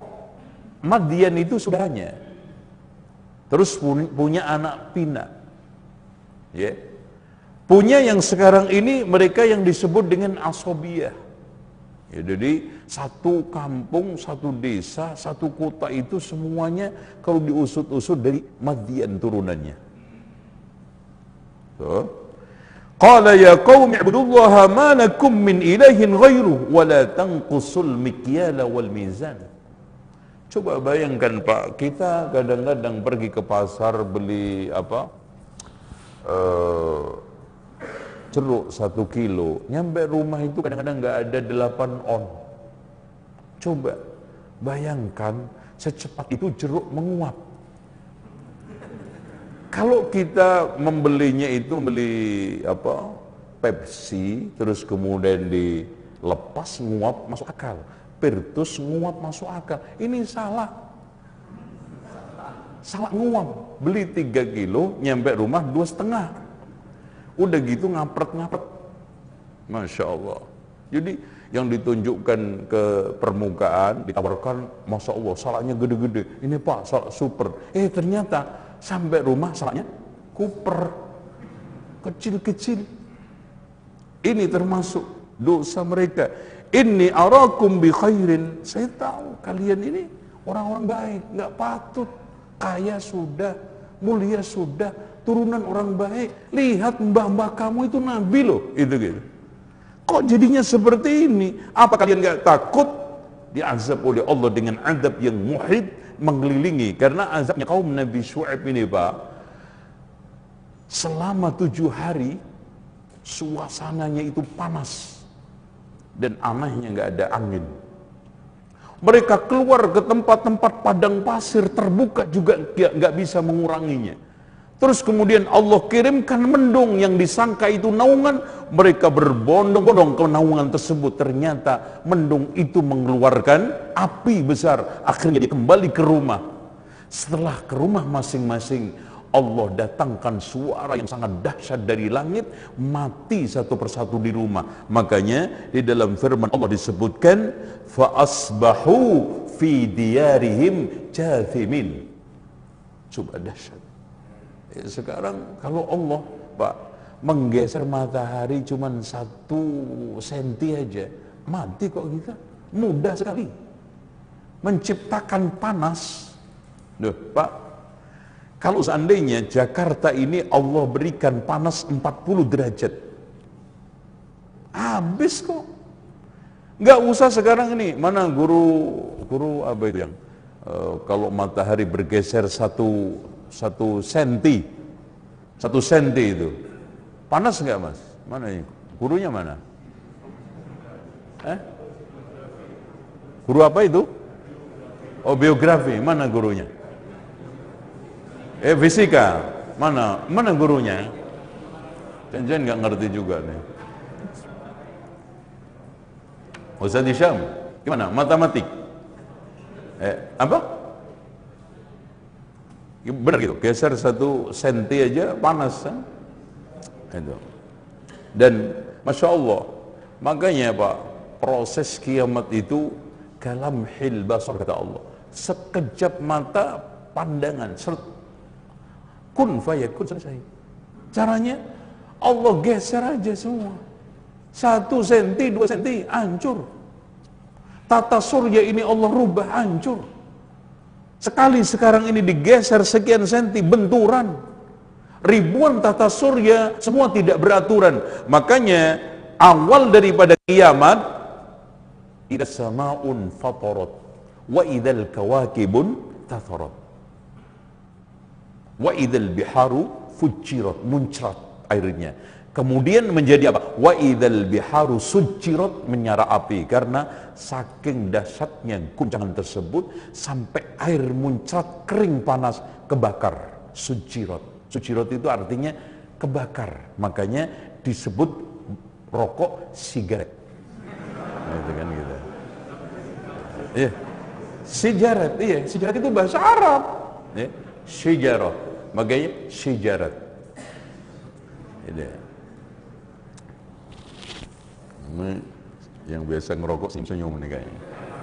Madyan itu saudaranya, terus punya anak pinak, ya. Yeah. Punya yang sekarang ini mereka yang disebut dengan asobiyah. Ya, jadi satu kampung, satu desa, satu kota itu semuanya kalau diusut-usut dari Madyan turunannya. So, Qala ya qaumi ibudullaha ma lakum min ilahin ghairuh wa la tanqusul mikyala wal mizan. Coba bayangkan Pak, kita kadang-kadang pergi ke pasar beli apa? Uh, jeruk satu kilo, nyampe rumah itu kadang-kadang nggak ada delapan on. Coba bayangkan secepat itu jeruk menguap. Kalau kita membelinya itu beli apa Pepsi, terus kemudian dilepas nguap masuk akal, Pirtus nguap masuk akal. Ini salah, salah nguap. Beli tiga kilo, nyampe rumah dua setengah. Udah gitu ngapret-ngapret. Masya Allah. Jadi yang ditunjukkan ke permukaan, ditawarkan, Masya Allah, salahnya gede-gede. Ini Pak, salah super. Eh ternyata sampai rumah salahnya kuper, kecil-kecil. Ini termasuk dosa mereka. Inni arakum bi khairin. Saya tahu kalian ini orang-orang baik, nggak patut. Kaya sudah, mulia sudah, turunan orang baik. Lihat mbah-mbah kamu itu nabi loh, itu gitu. Kok jadinya seperti ini? Apa kalian nggak takut diazab oleh Allah dengan azab yang muhid, mengelilingi? Karena azabnya kaum Nabi Syuaib ini Pak, selama tujuh hari suasananya itu panas dan anehnya nggak ada angin. Mereka keluar ke tempat-tempat padang pasir terbuka juga nggak bisa menguranginya. Terus kemudian Allah kirimkan mendung yang disangka itu naungan, mereka berbondong-bondong ke naungan tersebut. Ternyata mendung itu mengeluarkan api besar. Akhirnya dia kembali ke rumah. Setelah ke rumah masing-masing, Allah datangkan suara yang sangat dahsyat dari langit, mati satu persatu di rumah. Makanya di dalam firman Allah disebutkan, fa asbahu fi diyarihim jathimin. Coba dahsyat. Sekarang kalau Allah Pak menggeser matahari cuma satu senti aja, mati kok kita. Mudah sekali menciptakan panas. Duh Pak, kalau seandainya Jakarta ini Allah berikan panas empat puluh derajat, habis kok. Nggak usah sekarang ini, mana guru guru apa itu yang uh, kalau matahari bergeser satu satu senti, satu senti itu panas nggak Mas? Mana ini? Gurunya mana? Eh? Guru apa itu? Oh biografi, mana gurunya? Eh fisika, mana? Mana gurunya? Jangan-jangan nggak ngerti juga nih. Ustaz Hisham, gimana? Matematik? Eh apa? Benar gitu, geser satu senti aja panas kan? Itu. Dan Masya Allah, makanya Pak, proses kiamat itu kalamhil basar kata Allah, sekejap mata pandangan, kun fayakun, selesai. Caranya Allah geser aja semua, satu senti, dua senti, hancur. Tata surya ini Allah rubah, hancur. Sekali sekarang ini digeser sekian senti, benturan. Ribuan tata surya, semua tidak beraturan. Makanya awal daripada kiamat, idza samaun fatarat wa idzal kawakibun tatharat wa idzal biharu fujirat, muncrat airnya. Kemudian menjadi apa? Wa idzal biharu sujirat, menyala api. Karena saking dahsyatnya guncangan tersebut sampai air muncrat, kering panas, kebakar. Sujirat. Sujirat itu artinya kebakar. Makanya disebut rokok sigaret. Nah, itu kan gitu. Iya. Sigaret, iya, sigaret itu bahasa Arab. Ya. Sigarat. Makanya sigaret. Ini. Ini yang biasa ngerokok senyum nih kayaknya.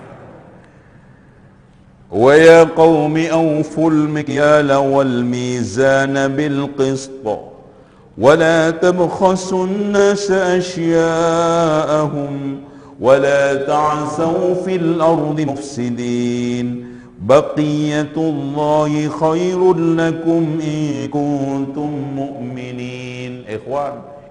Wa ya qaumi awful mikyala wal mizana bil qist wa la tabkhasu an-nasa ashya'ahum wa la ta'saw fil ardi mufsidin baqiyatullahi khairul lakum in kuntum mu'minin. Ikhwan,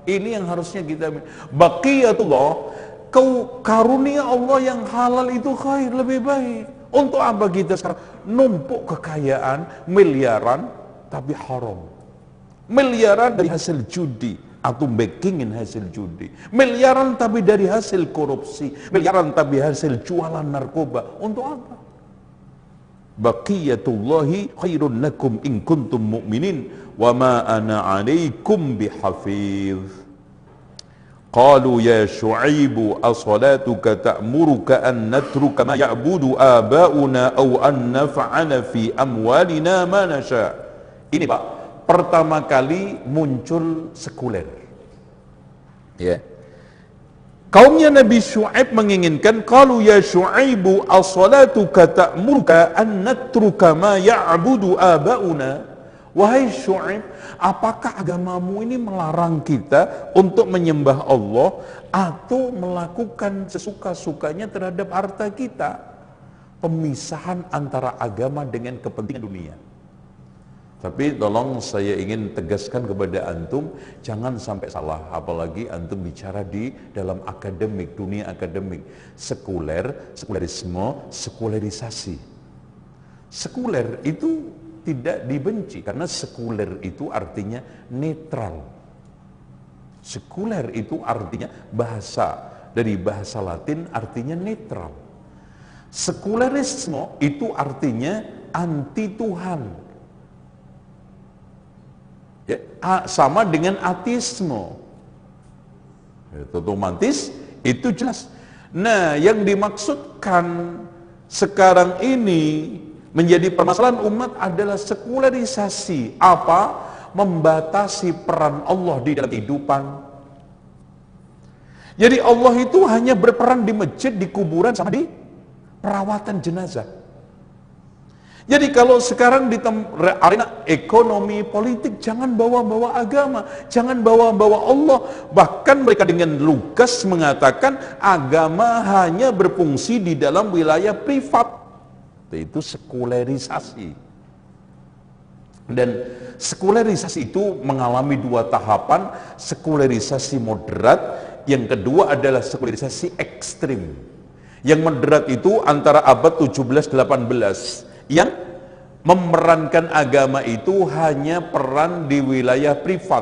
Ini yang harusnya kita, baqiyatullah, kau karunia Allah yang halal itu khair, lebih baik. Untuk apa kita sekarang numpuk kekayaan miliaran tapi haram? Miliaran dari hasil judi atau backingin hasil judi, miliaran tapi dari hasil korupsi, miliaran tapi hasil jualan narkoba. Untuk apa? Baqiyatullahi khairun lakum in kuntum mu'minin wa ma ana 'alaikum bihafiz. Qalu ya Syu'aibu as-salatuka ta'muruka an natruka ma ya'budu aba'una aw an naf'ala fi amwalina ma nasha. Ini Pak, pertama kali muncul sekuler. Ya. Kaumnya Nabi Syu'aib menginginkan, qalu ya Syu'aibu as-salatuka ta'muruka an natruka ma ya'budu aba'una. Wahai Syu'aib, apakah agamamu ini melarang kita untuk menyembah Allah atau melakukan sesuka-sukanya terhadap harta kita? Pemisahan antara agama dengan kepentingan dunia. Tapi tolong saya ingin tegaskan kepada antum, jangan sampai salah, apalagi antum bicara di dalam akademik, dunia akademik. Sekuler, sekulerisme, sekularisasi. Sekuler itu tidak dibenci, karena sekuler itu artinya netral. Sekuler itu artinya bahasa, dari bahasa Latin artinya netral. Sekulerisme itu artinya anti Tuhan. Ya, sama dengan ateisme. Ya, otomatis itu jelas. Nah, yang dimaksudkan sekarang ini menjadi permasalahan umat adalah sekularisasi. Apa? Membatasi peran Allah di dalam kehidupan. Jadi Allah itu hanya berperan di masjid, di kuburan, sama di perawatan jenazah. Jadi kalau sekarang di arena ekonomi politik, jangan bawa-bawa agama, jangan bawa-bawa Allah. Bahkan mereka dengan lugas mengatakan agama hanya berfungsi di dalam wilayah privat. Itu sekularisasi. Dan sekularisasi itu mengalami dua tahapan, sekularisasi moderat, yang kedua adalah sekularisasi ekstrim. Yang moderat itu antara abad tujuh belas delapan belas, yang memerankan agama itu hanya peran di wilayah privat.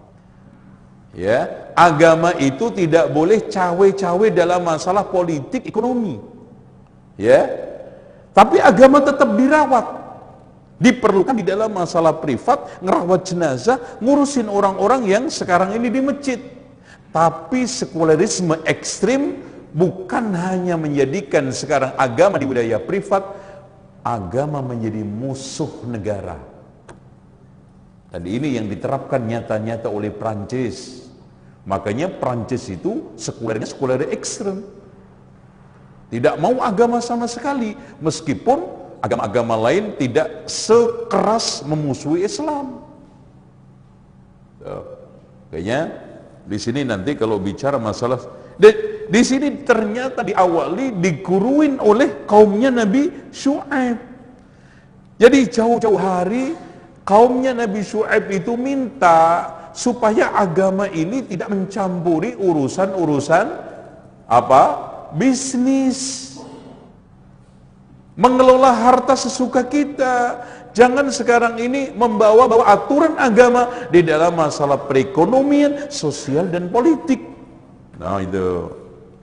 Ya, agama itu tidak boleh cawe-cawe dalam masalah politik ekonomi. Ya, tapi agama tetap dirawat, diperlukan di dalam masalah privat, ngerawat jenazah, ngurusin orang-orang yang sekarang ini di masjid. Tapi sekularisme ekstrim bukan hanya menjadikan sekarang agama di wilayah privat, agama menjadi musuh negara. Dan ini yang diterapkan nyata-nyata oleh Prancis. Makanya Prancis itu sekulernya sekuler ekstrem. Tidak mau agama sama sekali, meskipun agama-agama lain tidak sekeras memusuhi Islam. Tuh. Kayaknya di sini nanti kalau bicara masalah di, di sini ternyata diawali diguruin oleh kaumnya Nabi Syu'aib. Jadi jauh-jauh hari kaumnya Nabi Syu'aib itu minta supaya agama ini tidak mencampuri urusan-urusan apa? Bisnis, mengelola harta sesuka kita. Jangan sekarang ini membawa-bawa aturan agama di dalam masalah perekonomian, sosial dan politik. Nah itu.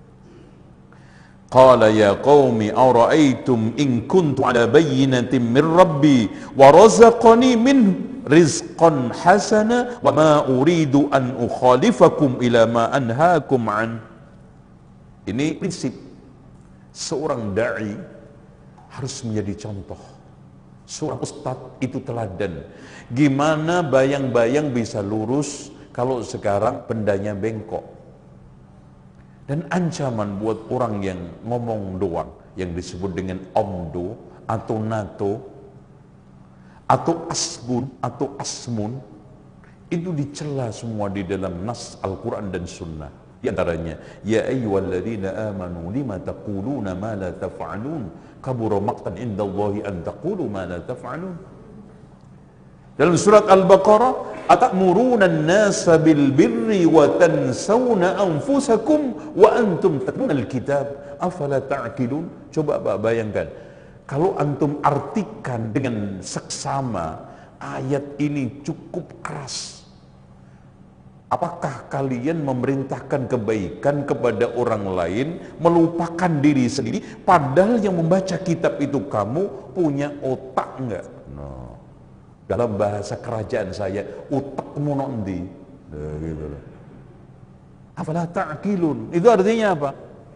Qala ya qaumi ara'aytum in kuntu ala bayyinatin min rabbi wa razaqani min rizqan hasana wa ma uridu an ukhalifakum ila ma anhaakum an. Ini prinsip seorang dai harus menjadi contoh. Seorang ustadz itu teladan. Gimana bayang-bayang bisa lurus kalau sekarang bendanya bengkok. Dan ancaman buat orang yang ngomong doang, yang disebut dengan omdo atau NATO atau asbun atau asmun, itu dicela semua di dalam nas Al-Quran dan Sunnah. Di antaranya, ya ayyuhalladzina amanu lima taquluna ma la taf'alun kabura maqtan indallahi an taqulu ma la taf'alun. Dalam surat Al-Baqarah, atamuruna an-nasa bil birri wa tansawna anfusakum wa antum tatluna al-kitab afala ta'qilun. Coba Pak bayangkan, kalau antum artikan dengan seksama, ayat ini cukup keras. Apakah kalian memerintahkan kebaikan kepada orang lain, melupakan diri sendiri, padahal yang membaca kitab itu kamu punya otak enggak? No. Dalam bahasa kerajaan saya, otakmu nondi. Nah, gitu loh. Afala ta'qilun. Itu artinya apa?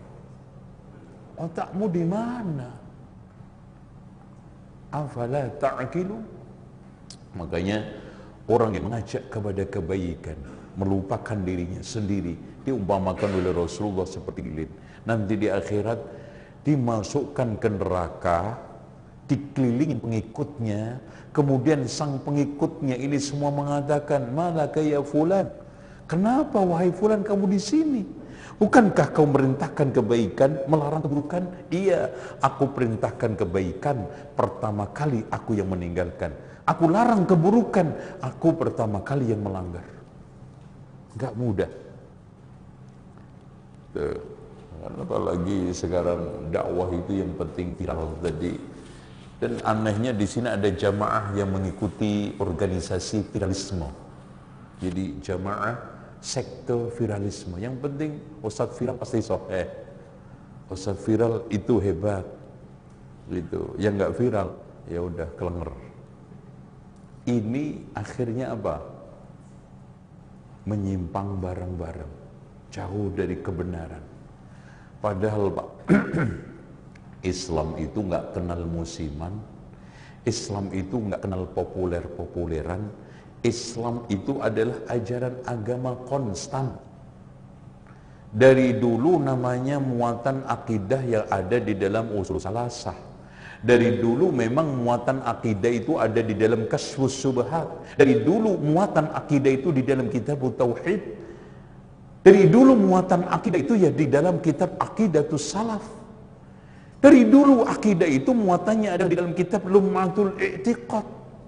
Otakmu di mana? Afala ta'qilun. Makanya orang yang mengajak kepada kebaikan, melupakan dirinya sendiri, diumpamakan oleh Rasulullah seperti lilin. Nanti di akhirat dimasukkan ke neraka, dikelilingi pengikutnya, kemudian sang pengikutnya ini semua mengatakan, malaka ya fulan, kenapa wahai fulan kamu di sini? Bukankah kau merintahkan kebaikan, melarang keburukan? Iya, aku perintahkan kebaikan, pertama kali aku yang meninggalkan. Aku larang keburukan, aku pertama kali yang melanggar. Gak mudah. Tuh. Apalagi sekarang dakwah itu yang penting viral tadi. Dan anehnya di sini ada jamaah yang mengikuti organisasi viralisme. Jadi jamaah sekte viralisme. Yang penting Ustadz viral pasti soheh. Ustadz viral itu hebat. Gitu. Yang nggak viral ya udah kelenger. Ini akhirnya apa? Menyimpang bareng-bareng, jauh dari kebenaran. Padahal Pak, Islam itu nggak kenal musiman, Islam itu nggak kenal populer-populeran, Islam itu adalah ajaran agama konstan. Dari dulu namanya muatan akidah yang ada di dalam usul salasah. Dari dulu memang muatan akidah itu ada di dalam Kasyfus Syubhat. Dari dulu muatan akidah itu di dalam kitab Tauhid. Dari dulu muatan akidah itu ya di dalam kitab Aqidatus Salaf. Dari dulu akidah itu muatannya ada di dalam kitab Lum'atul I'tiqad.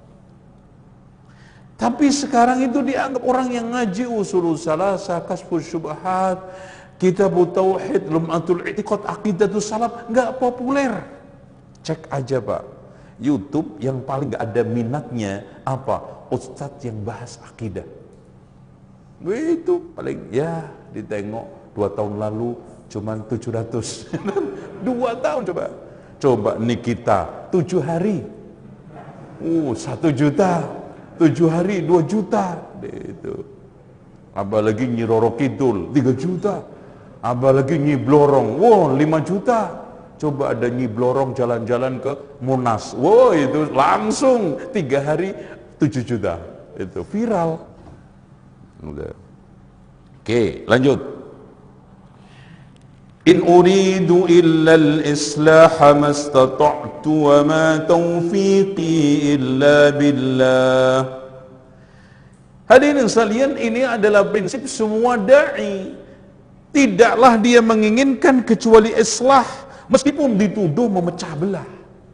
Tapi sekarang itu dianggap orang yang ngaji usul salasah, Kasyfus Syubhat, kitab Tauhid, Lum'atul I'tiqad, Aqidatus Salaf nggak populer. Cek aja Pak, YouTube yang paling gak ada minatnya apa? Ustadz yang bahas akidah. Itu paling ya ditengok dua tahun lalu cuman tujuh ratus. Dua tahun coba. Coba Nikita tujuh hari. Uh, satu juta. Tujuh hari dua juta. Itu. Apalagi Nyi Roro Kidul tiga juta. Apalagi Nyi Blorong, wow lima juta. Coba ada Nyi Blorong jalan-jalan ke Monas, wow itu langsung tiga hari tujuh juta, itu viral. Udah. Oke, lanjut. In uridu illa al-islaha mastata'tu wa ma taufiqi illa billah. Hadirin sekalian, ini adalah prinsip semua dai. Tidaklah dia menginginkan kecuali islah, meskipun dituduh memecah belah.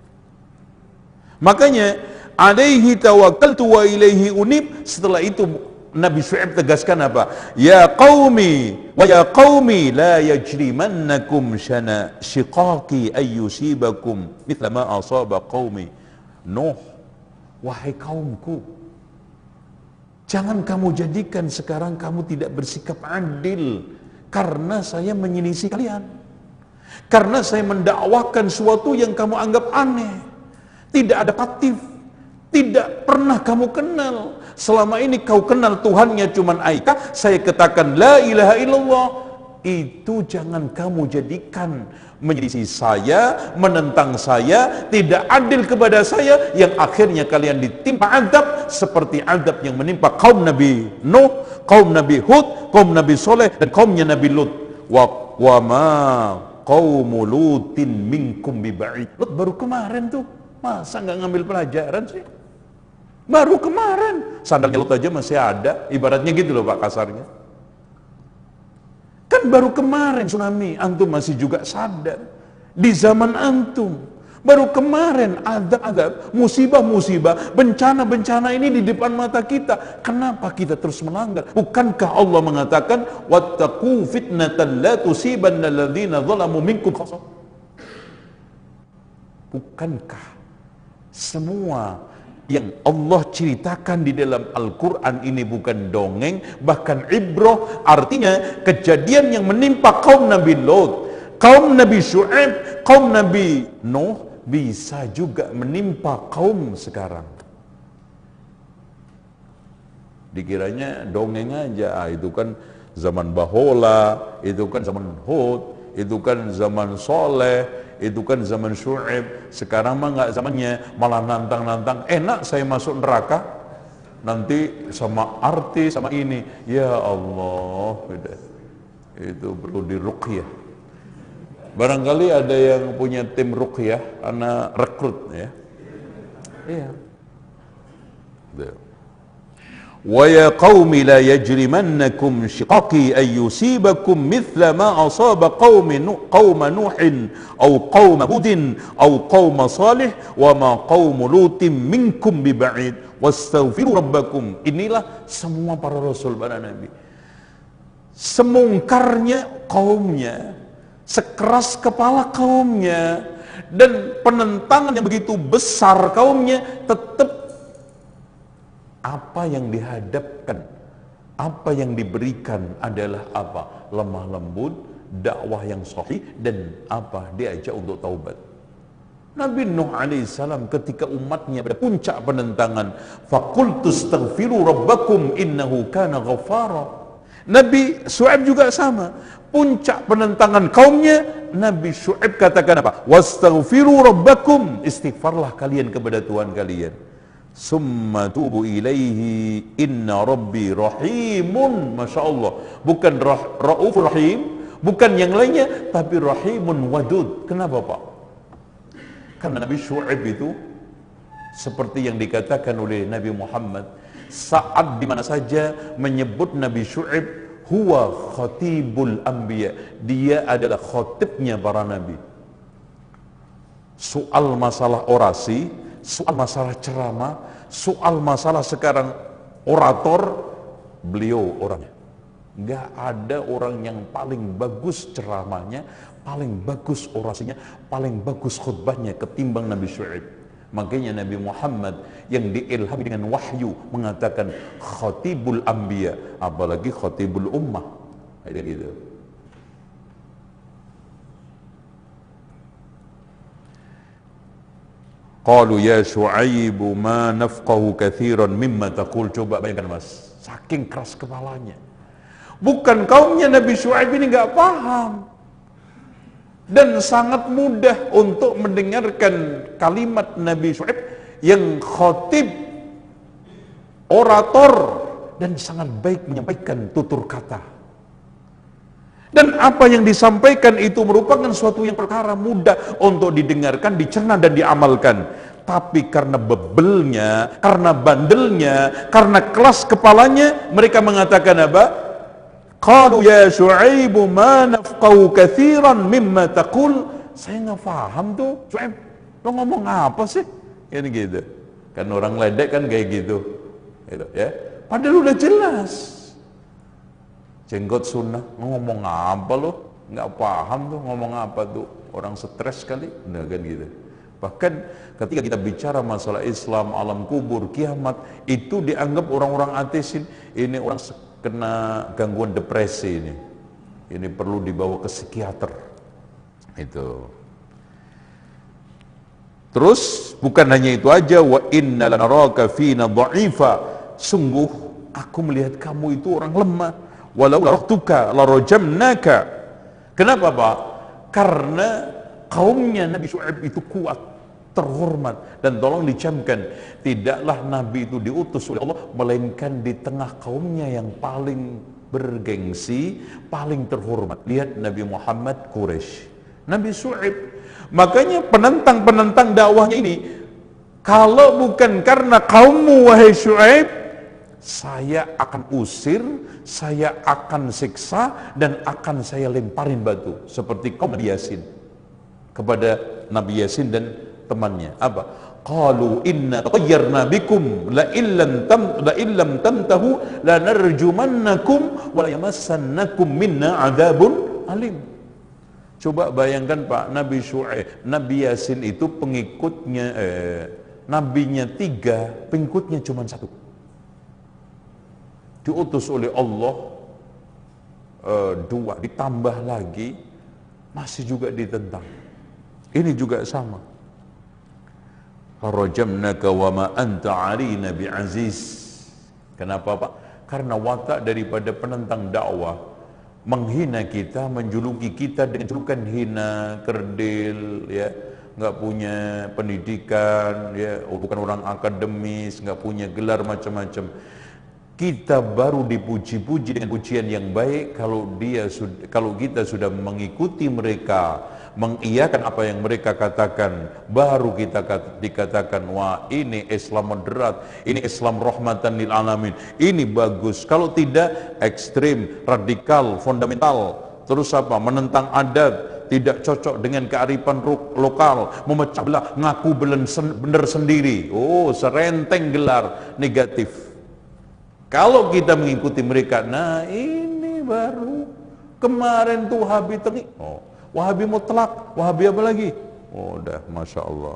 Makanya alaihi tawakkaltu wa ilaihi unib. Setelah itu Nabi Syu'aib tegaskan apa? Ya qaumi wa ya qaumi la yajrimannakum shana shiqaqi ayyusibakum mithla ma asaba qaumi Nuh. Wahai kaumku, jangan kamu jadikan sekarang kamu tidak bersikap adil karena saya menyelisih kalian. Karena saya mendakwakan sesuatu yang kamu anggap aneh, tidak adaptif, tidak pernah kamu kenal. Selama ini kau kenal Tuhannya cuman Aika, saya katakan la ilaha illallah. Itu jangan kamu jadikan menyelisih saya, menentang saya, tidak adil kepada saya, yang akhirnya kalian ditimpa azab seperti azab yang menimpa kaum Nabi Nuh, kaum Nabi Hud, kaum Nabi Soleh, dan kaumnya Nabi Lut. Wa, wa ma qaumu lutin minkum biba'id. Lut baru kemarin tuh, masa nggak ngambil pelajaran sih? Baru kemarin, sandalnya Lut aja masih ada, ibaratnya gitu loh Pak kasarnya. Kan baru kemarin tsunami, antum masih juga sadar. Di zaman antum, Baru kemarin azab-azab, musibah-musibah, bencana-bencana ini di depan mata kita. Kenapa kita terus melanggar? Bukankah Allah mengatakan wattaqu fitnatan la tusibanna alladziina zalamu minkum khassah? Bukankah semua yang Allah ceritakan di dalam Al-Quran ini bukan dongeng, bahkan ibrah? Artinya kejadian yang menimpa kaum Nabi Lot, kaum Nabi Syu'aib, kaum Nabi Nuh, bisa juga menimpa kaum sekarang. Dikiranya dongeng aja, ah, itu kan zaman Bahola, itu kan zaman Hud, itu kan zaman Soleh, itu kan zaman Syu'aib. Sekarang mah nggak zamannya, malah nantang-nantang, enak saya masuk neraka nanti sama artis, sama ini. Ya Allah, itu perlu diruqyah. Barangkali ada yang punya tim ruqyah, anak rekrut ya. Iya. Wa ya qaumi la yajrimannakum shiqaqi ay yusibakum mithla ma asaba qaumi qauma nuhin aw qauma hudin aw qauma salih wa ma qaumu lutim minkum biba'id wastaghfiru rabbakum. Inilah semua para rasul, para nabi. Semungkarnya kaumnya, sekeras kepala kaumnya, dan penentangan yang begitu besar kaumnya, tetap apa yang dihadapkan, apa yang diberikan adalah apa? Lemah lembut, dakwah yang sahih, dan apa? Diajak untuk taubat. Nabi Nuh alaihissalam ketika umatnya pada puncak penentangan, faqultu astaghfiru rabbakum innahu kana ghaffara. Nabi Syu'aib juga sama, puncak penentangan kaumnya, Nabi Syu'aib katakan apa? Wastaghfiru rabbakum, istighfarlah kalian kepada Tuhan kalian. Summa tubu ilaihi inna rabbi rahimun. Masya Allah, bukan ra'uf rahim, bukan yang lainnya, tapi rahimun wadud. Kenapa Pak? Karena Nabi Syu'aib itu seperti yang dikatakan oleh Nabi Muhammad, saat dimana saja menyebut Nabi Syu'aib, huwa khatibul anbiya, dia adalah khatibnya para nabi. Soal masalah orasi, soal masalah ceramah, soal masalah sekarang orator, beliau orangnya. Nggak ada orang yang paling bagus ceramahnya, paling bagus orasinya, paling bagus khutbahnya ketimbang Nabi Syu'aib. Makanya Nabi Muhammad yang diilhami dengan wahyu mengatakan khatibul anbiya, apalagi khatibul ummah. Kayak gitu. Qalu ya Syu'aib ma nafqahu katsiran mimma taqul. Coba bayangkan Mas, saking keras kepalanya. Bukan kaumnya Nabi Syu'aib ini nggak paham, dan sangat mudah untuk mendengarkan kalimat Nabi Syu'aib yang khatib, orator, dan sangat baik menyampaikan tutur kata. Dan apa yang disampaikan itu merupakan suatu yang perkara mudah untuk didengarkan, dicerna, dan diamalkan. Tapi karena bebelnya, karena bandelnya, karena kelas kepalanya, mereka mengatakan apa? Qalu ya Syu'aib ma nafqahu katsiran mimma taqul. Saya nggak paham tuh, Syu'aib, lo ngomong apa sih? Kan gitu. Kan orang ledek kan kayak gitu. Gitu ya. Padahal udah jelas. Jenggot sunnah, ngomong apa lo? Nggak paham tuh, ngomong apa tuh? Orang stres kali, nah kan gitu. Bahkan ketika kita bicara masalah Islam, alam kubur, kiamat, itu dianggap orang-orang ateis ini orang kena gangguan depresi ini. Ini perlu dibawa ke psikiater. Itu. Terus bukan hanya itu aja, wa inna lanaraka fina dha'ifa. Sungguh aku melihat kamu itu orang lemah. Walau rahtuka la rajamnaka. Kenapa Pak? Karena kaumnya Nabi Syu'aib itu kuat, terhormat, dan tolong dicamkan, tidaklah Nabi itu diutus oleh Allah melainkan di tengah kaumnya yang paling bergengsi, paling terhormat. Lihat Nabi Muhammad Quraisy, Nabi Syu'aib. Makanya penentang-penentang dakwahnya ini, kalau bukan karena kaummu wahai Syu'aib, saya akan usir, saya akan siksa, dan akan saya lemparin batu seperti kaum Nabi Yasin kepada Nabi Yasin dan temannya. Apa? Qalu inna tatayyarna bikum la illam tam la illam tantahu la narjumannakum wa la yamassannakum minna adzabun alim. Coba bayangkan Pak, Nabi Syuaib, Nabi Yasin itu pengikutnya eh, nabinya tiga, pengikutnya cuma satu. Diutus oleh Allah eh, dua, ditambah lagi masih juga ditentang. Ini juga sama. Farajamnaka wa ma anta 'alaina bi'aziz. Kenapa Pak? Karena watak daripada penentang dakwah menghina kita, menjuluki kita dengan julukan hina, kerdil, ya, nggak punya pendidikan, ya, bukan orang akademis, nggak punya gelar macam-macam. Kita baru dipuji-puji dengan pujian yang baik kalau dia kalau kita sudah mengikuti mereka, mengiyakan apa yang mereka katakan, baru kita dikatakan wah ini Islam moderat, ini Islam rahmatan lil alamin, ini bagus. Kalau tidak ekstrim, radikal, fundamental, terus apa, menentang adat, tidak cocok dengan kearifan lokal, memecah belah, ngaku benar sendiri, oh serenteng gelar negatif. Kalau kita mengikuti mereka, nah ini baru kemarin tuh Wahabi tengik, oh Wahabi mutlak, Wahabi apa lagi? Oh dah, Masya Allah.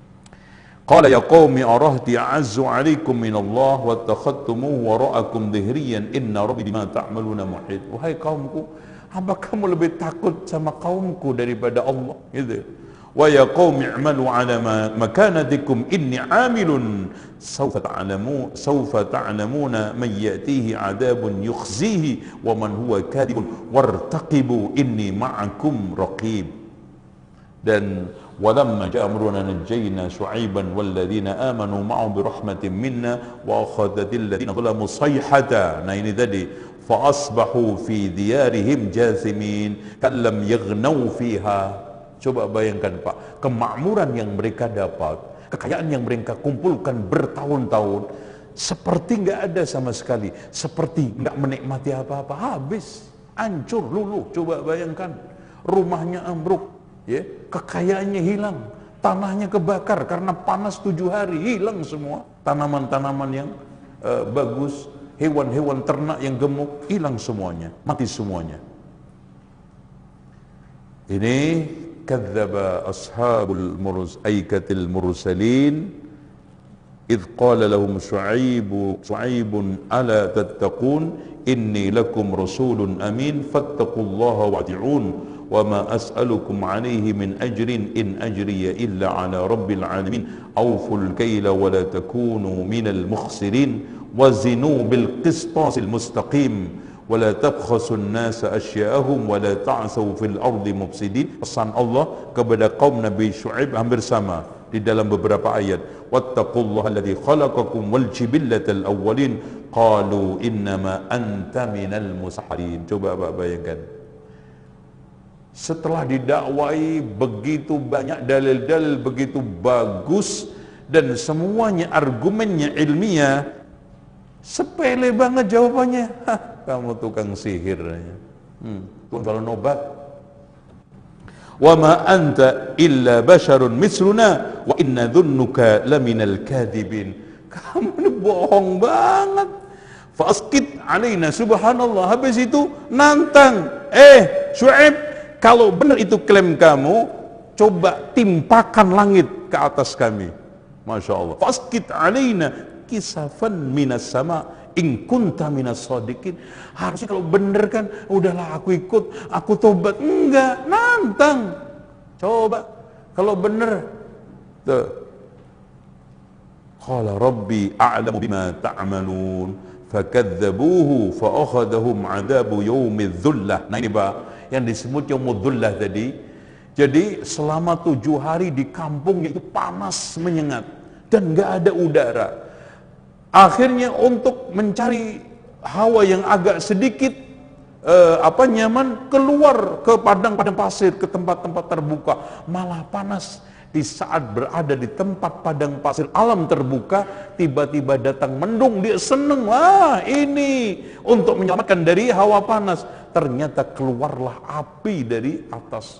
Qala ya qawmi arahti a'azzu alaikum minallah wa takhadtumuhu wara'akum dhihriyan inna rabbi bima ta'maluna muhit. Wahai kaumku, apa kamu lebih takut sama kaumku daripada Allah? Gitu. Wa ya qawmi i'malu ala makanatikum inni 'amilun sawfa ta'lamu sawfa ta'lamuna man ya'tihi 'adabun yukhzihi wa man huwa kadhibun wartaqibu inni ma'akum raqib. Dan walamma ja'a amruna najjayna Syu'aiban walladzina amanu ma'ahu birahmatin minna wa akhadhatil ladzina zalamu sayhata. Nah ini tadi fa asbahu fi diyarihim jathimin kallam yaghnaw fiha. Coba bayangkan Pak, kemakmuran yang mereka dapat, kekayaan yang mereka kumpulkan bertahun-tahun, seperti nggak ada sama sekali, seperti nggak menikmati apa-apa, habis, hancur, luluh. Coba bayangkan, rumahnya ambruk, ya, kekayaannya hilang, tanahnya kebakar karena panas tujuh hari, hilang semua, tanaman-tanaman yang uh, bagus, hewan-hewan ternak yang gemuk, hilang semuanya, mati semuanya. Ini kadzdzaba ashabul murus aikatil mursalin idz qala lahum syu'aibu syu'aibun ala tattaqun inni lakum rasulun amin fattaqullaha wa'ti'un wa ma as'alukum 'alaihi min ajrin in ajriya illa 'ala rabbil 'alamin awful kayla wa la takunu minal mukhsirin wazinu bil qistasil mustaqim wala tabkhasun nasa asya'ahum wala ta'tsaw fil ardi mufsidin. Pesan Allah kepada kaum Nabi Syuaib hampir sama di dalam beberapa ayat. Wattaqullaha alladzi khalaqakum wal jibillatal awwalin qalu innama anta minal musahharin. Coba Pak bayangkan, setelah didakwai begitu banyak dalil-dalil begitu bagus dan semuanya argumennya ilmiah, sepele banget jawabannya. Hah, kamu tukang sihir. Hmm, tuh kalau nobat. Wa ma anta illa basharun misluna wa inna dhunnuka laminal kadhibin. Kamu ini bohong banget. Faskit alaina subhanallah. Habis itu nantang. Eh, Syuaib, kalau benar itu klaim kamu, coba timpakan langit ke atas kami. Masya Allah. Faskit alaina kisafan minas sama in kunta minas shadiqin. Harusnya kalau bener kan, udahlah aku ikut, aku tobat. Enggak, nantang. Coba kalau bener tuh. Qala rabbi a'lamu bima ta'malun fakadzabuhu fa akhadhahum 'adzabu yaumidz dzullah. Nah ini Pak, yang disebut yaumudz dzullah tadi. Jadi selama tujuh hari di kampung itu panas menyengat dan enggak ada udara. Akhirnya untuk mencari hawa yang agak sedikit eh, apa nyaman, keluar ke padang-padang pasir, ke tempat-tempat terbuka, malah panas. Di saat berada di tempat padang pasir alam terbuka, tiba-tiba datang mendung, dia seneng, wah ini untuk menyelamatkan dari hawa panas. Ternyata keluarlah api dari atas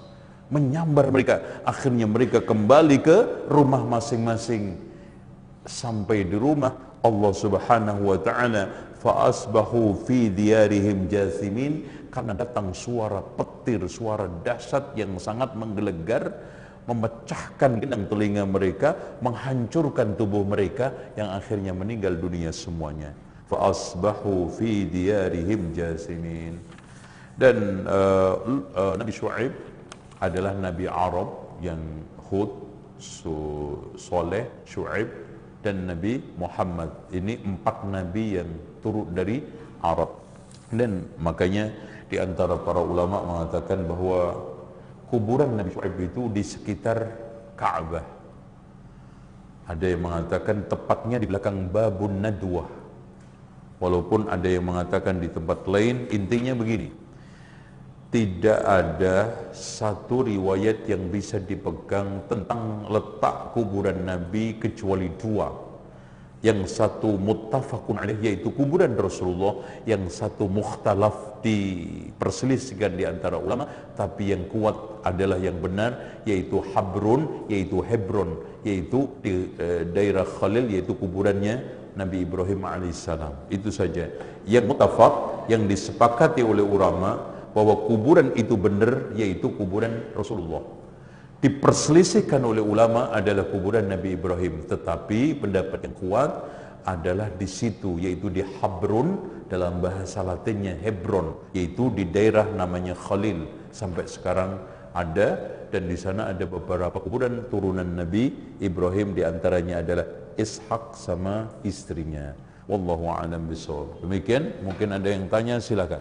menyambar mereka. Akhirnya mereka kembali ke rumah masing-masing. Sampai di rumah Allah Subhanahu wa taala, fa asbahu fi diyarihim jathimin, karena datang suara petir, suara dahsyat yang sangat menggelegar, memecahkan gendang telinga mereka, menghancurkan tubuh mereka, yang akhirnya meninggal dunia semuanya. Fa asbahu fi diyarihim jathimin. Dan uh, uh, Nabi Syuaib adalah Nabi Arab, yang Hud, Soleh, Syuaib, dan Nabi Muhammad. Ini empat Nabi yang turut dari Arab. Dan makanya di antara para ulama mengatakan bahwa kuburan Nabi Syuaib itu di sekitar Ka'bah. Ada yang mengatakan tepatnya di belakang Babun Nadwah. Walaupun ada yang mengatakan di tempat lain. Intinya begini, tidak ada satu riwayat yang bisa dipegang tentang letak kuburan Nabi kecuali dua. Yang satu muttafaqun alaih, yaitu kuburan Rasulullah. Yang satu mukhtalaf, diperselisihkan di antara ulama, tapi yang kuat adalah yang benar, yaitu Habrun, yaitu Hebron, yaitu di e, daerah Khalil, yaitu kuburannya Nabi Ibrahim alaihissalam. Itu saja yang muttafaq, yang disepakati oleh ulama bahwa kuburan itu benar, yaitu kuburan Rasulullah. Diperselisihkan oleh ulama adalah kuburan Nabi Ibrahim, tetapi pendapat yang kuat adalah di situ, yaitu di Habrun, dalam bahasa Latinnya Hebron, yaitu di daerah namanya Khalil. Sampai sekarang ada, dan di sana ada beberapa kuburan turunan Nabi Ibrahim, di antaranya adalah Ishak sama istrinya. Wallahu a'lam bishawab. Demikian, mungkin ada yang tanya, silakan.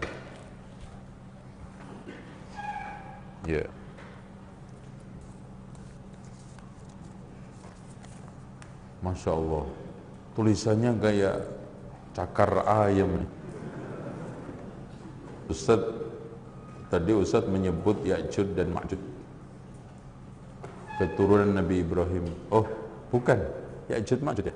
Ya. Yeah. Masya Allah, tulisannya kayak cakar ayam. Ustaz, tadi Ustaz menyebut Ya'jud dan Ma'jud, keturunan Nabi Ibrahim. Oh, bukan Ya'jud Ma'jud ya?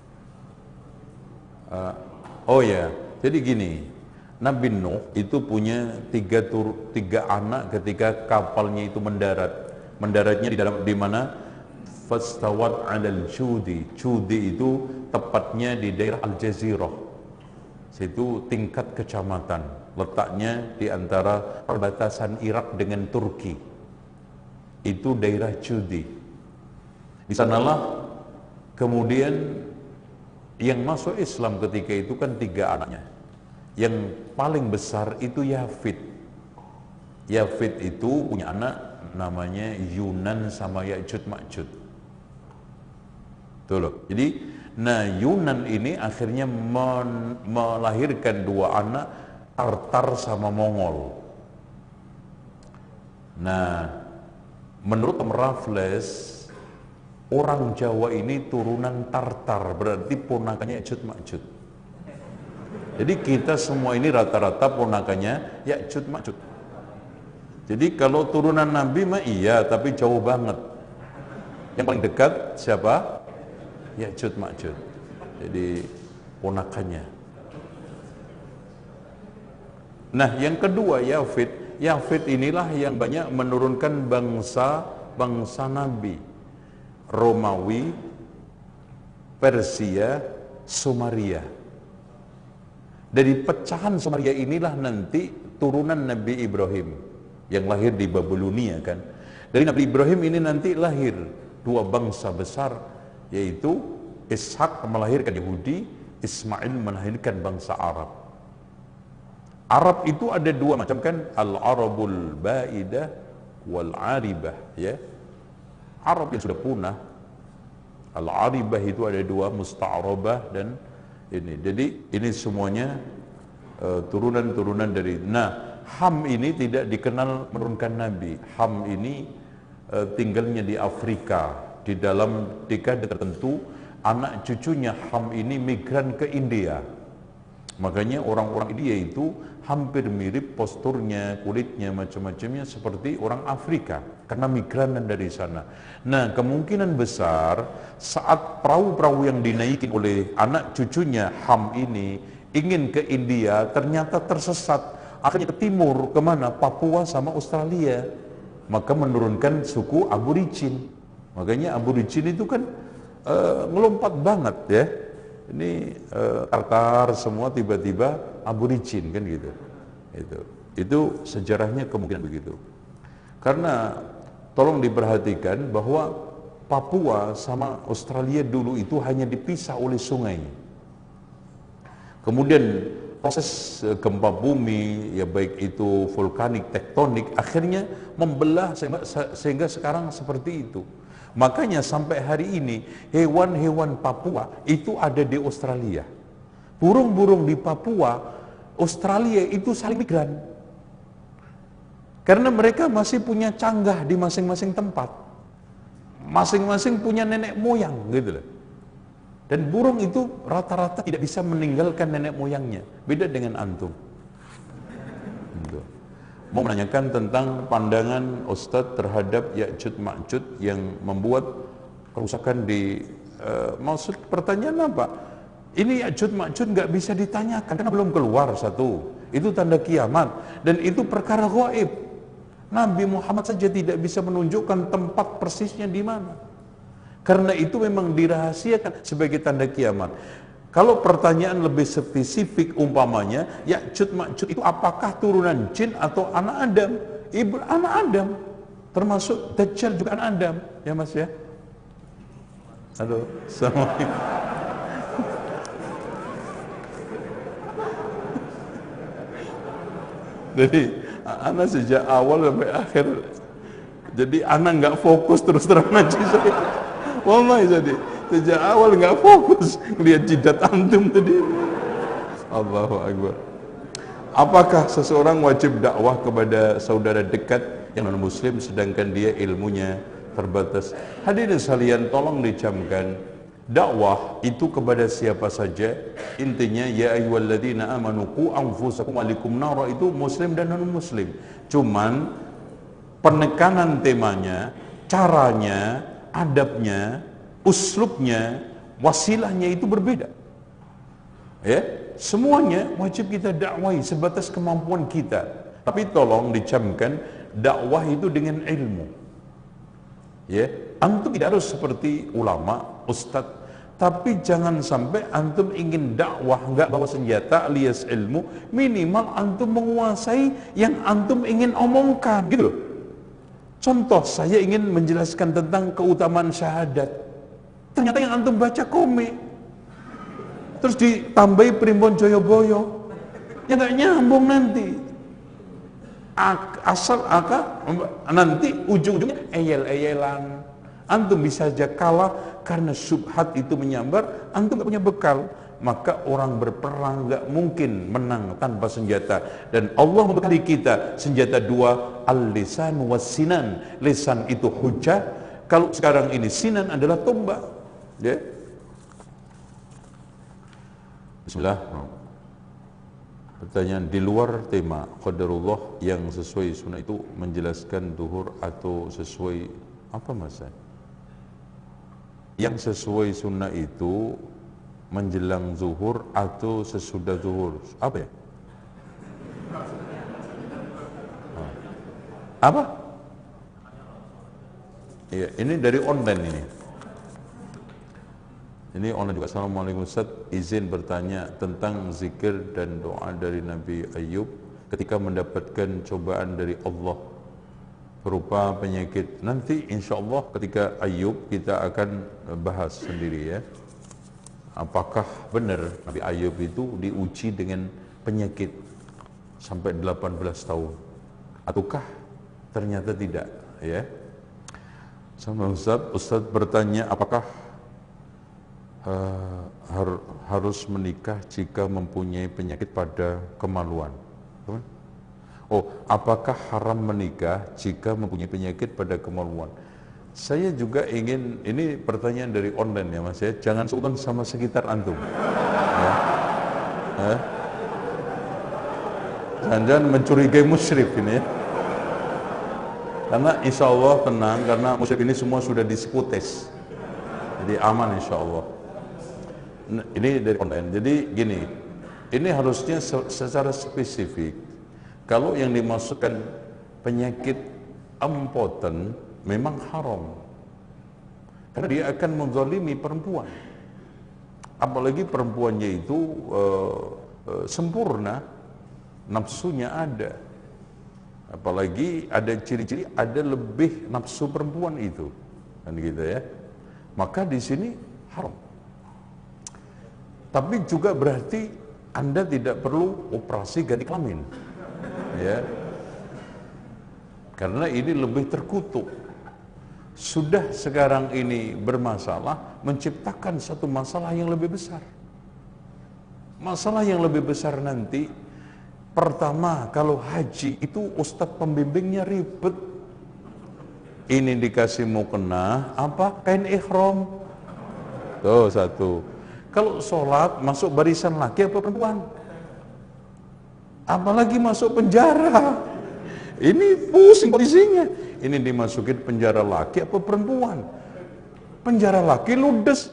Uh, oh ya, jadi gini, Nabi Nuh itu punya tiga, tur, tiga anak ketika kapalnya itu mendarat. Mendaratnya di dalam di mana? Fastawat 'alal Judi. Judi itu tepatnya di daerah Al-Jazirah. Situ tingkat kecamatan. Letaknya di antara perbatasan Irak dengan Turki. Itu daerah Judi. Di sanalah kemudian yang masuk Islam ketika itu kan tiga anaknya. Yang paling besar itu Yafid. Yafid itu punya anak namanya Yunan sama Ya'jud Ma'jud. Tuh loh. Jadi, nah Yunan ini akhirnya men melahirkan dua anak, Tartar sama Mongol. Nah, menurut Raffles, orang Jawa ini turunan Tartar, berarti ponakannya Ya'jud Ma'jud. Jadi kita semua ini rata-rata ponakannya Ya'jud Ma'jud. Jadi kalau turunan Nabi mah iya, tapi jauh banget. Yang paling dekat siapa? Ya'jud Ma'jud. Jadi ponakannya. Nah, yang kedua Yafid. Yafid inilah yang banyak menurunkan bangsa-bangsa Nabi. Romawi, Persia, Sumeria. Dari pecahan Sumeria inilah nanti turunan Nabi Ibrahim yang lahir di Babilonia kan. Dari Nabi Ibrahim ini nanti lahir dua bangsa besar, yaitu Ishak melahirkan Yahudi, Ismail melahirkan bangsa Arab. Arab itu ada dua macam kan, Al-Arabul Ba'idah wal-Aribah ya. Arab yang sudah punah. Al-Aribah itu ada dua, Musta'arabah dan ini. Jadi ini semuanya turunan-turunan uh, dari. Nah, Ham ini tidak dikenal menurunkan Nabi. Ham ini uh, tinggalnya di Afrika. Di dalam dekade tertentu, anak cucunya Ham ini migran ke India. Makanya orang-orang India itu hampir mirip posturnya, kulitnya, macam-macamnya seperti orang Afrika, karena migranan dari sana. Nah, kemungkinan besar saat perahu-perahu yang dinaikin oleh anak cucunya Ham ini ingin ke India, ternyata tersesat. Akhirnya ke timur, kemana? Papua sama Australia. maka menurunkan suku Aborigin. Makanya Aborigin itu kan uh, ngelompat banget ya. Ini uh, Tartar semua tiba-tiba Aborigin kan gitu. Itu itu sejarahnya kemungkinan begitu. Karena tolong diperhatikan bahwa Papua sama Australia dulu itu hanya dipisah oleh sungai. Kemudian proses gempa bumi, ya baik itu vulkanik, tektonik, akhirnya membelah sehingga, sehingga sekarang seperti itu. Makanya sampai hari ini hewan-hewan Papua itu ada di Australia. Burung-burung di Papua, Australia itu saling migran. Karena mereka masih punya canggah di masing-masing tempat. Masing-masing punya nenek moyang gitu loh. Dan burung itu rata-rata tidak bisa meninggalkan nenek moyangnya. Beda dengan antum. Gitu. Mau menanyakan tentang pandangan Ustadz terhadap Ya'jud Ma'jud yang membuat kerusakan di uh, maksud pertanyaan apa? Ini Ya'jud Ma'jud nggak bisa ditanyakan karena belum keluar satu. Itu tanda kiamat dan itu perkara gaib. Nabi Muhammad saja tidak bisa menunjukkan tempat persisnya di mana. Karena itu memang dirahasiakan sebagai tanda kiamat. Kalau pertanyaan lebih spesifik umpamanya, Ya'jud Ma'jud itu apakah turunan jin atau anak Adam? Ibu anak Adam. Termasuk Dajjal juga anak Adam. Ya Mas ya? Halo, Assalamualaikum. Jadi anak sejak awal sampai akhir, jadi anak nggak fokus terus terang ngaji saya. Wallahi jadi sejak awal nggak fokus lihat jidat antum tadi. Allahu Akbar. Apakah seseorang wajib dakwah kepada saudara dekat yang non muslim sedangkan dia ilmunya terbatas? Hadirin sekalian, tolong dicamkan, dakwah itu kepada siapa saja. Intinya ya ayyuhalladzina amanu qu anfusakum walikum nara, itu muslim dan non muslim. Cuman penekanan temanya, caranya, adabnya, uslubnya, wasilahnya itu berbeda. Ya, semuanya wajib kita dakwahi sebatas kemampuan kita. Tapi tolong dicamkan, dakwah itu dengan ilmu. Ya, antum tidak harus seperti ulama, ustadz, tapi jangan sampai antum ingin dakwah enggak bawa senjata alias ilmu, minimal antum menguasai yang antum ingin omongkan, gitu loh. Contoh, saya ingin menjelaskan tentang keutamaan syahadat. Ternyata yang antum baca komik, terus ditambahi Primbon Joyoboyo, ya nggak nyambung nanti. Asal aka nanti ujung-ujungnya eyel-eyelan. Antum bisa saja kalah karena syubhat itu menyambar, antum nggak punya bekal. Maka orang berperang nggak mungkin menang tanpa senjata. Dan Allah membekali kita senjata dua, al-lisan was-sinan. Lisan itu hujah, kalau sekarang ini sinan adalah tombak. Ya. Bismillah. Pertanyaan di luar tema qadarullah yang sesuai sunnah itu menjelaskan duhur atau sesuai apa Mas? Yang sesuai sunnah itu menjelang zuhur atau sesudah zuhur. Apa ya? Apa? Iya, ini dari online ini. Ini online juga. Assalamualaikum Ustaz, izin bertanya tentang zikir dan doa dari Nabi Ayub ketika mendapatkan cobaan dari Allah berupa penyakit. Nanti insya Allah ketika Ayub kita akan bahas sendiri ya. Apakah benar Nabi Ayub itu diuji dengan penyakit sampai delapan belas tahun? Ataukah ternyata tidak ya? Sama Ustaz, Ustaz bertanya apakah Uh, har, harus menikah jika mempunyai penyakit pada kemaluan? Oh, apakah haram menikah jika mempunyai penyakit pada kemaluan? Saya juga ingin, ini pertanyaan dari online ya Mas ya, jangan seudon sama sekitar antum ya. Eh? Jangan-jangan mencurigai musyrik ini ya. Karena insya Allah tenang, karena musyrik ini semua sudah disputes, jadi aman insya Allah. Ini dari online. Jadi gini, ini harusnya secara spesifik. Kalau yang dimasukkan penyakit ampoten memang haram. Karena dia akan menzalimi perempuan. Apalagi perempuannya itu uh, uh, sempurna, nafsunya ada. Apalagi ada ciri-ciri ada lebih nafsu perempuan itu, kan gitu ya. Maka di sini haram. Tapi juga berarti Anda tidak perlu operasi ganti kelamin, ya. Karena ini lebih terkutuk. Sudah sekarang ini bermasalah, menciptakan satu masalah yang lebih besar. Masalah yang lebih besar nanti, pertama kalau haji itu ustadz pembimbingnya ribet. Ini dikasih mau kena apa? Kain ihram. Tuh satu. Kalau sholat masuk barisan laki apa perempuan? Apalagi masuk penjara. Ini pusing polisinya. Ini dimasukin penjara laki apa perempuan? Penjara laki ludes.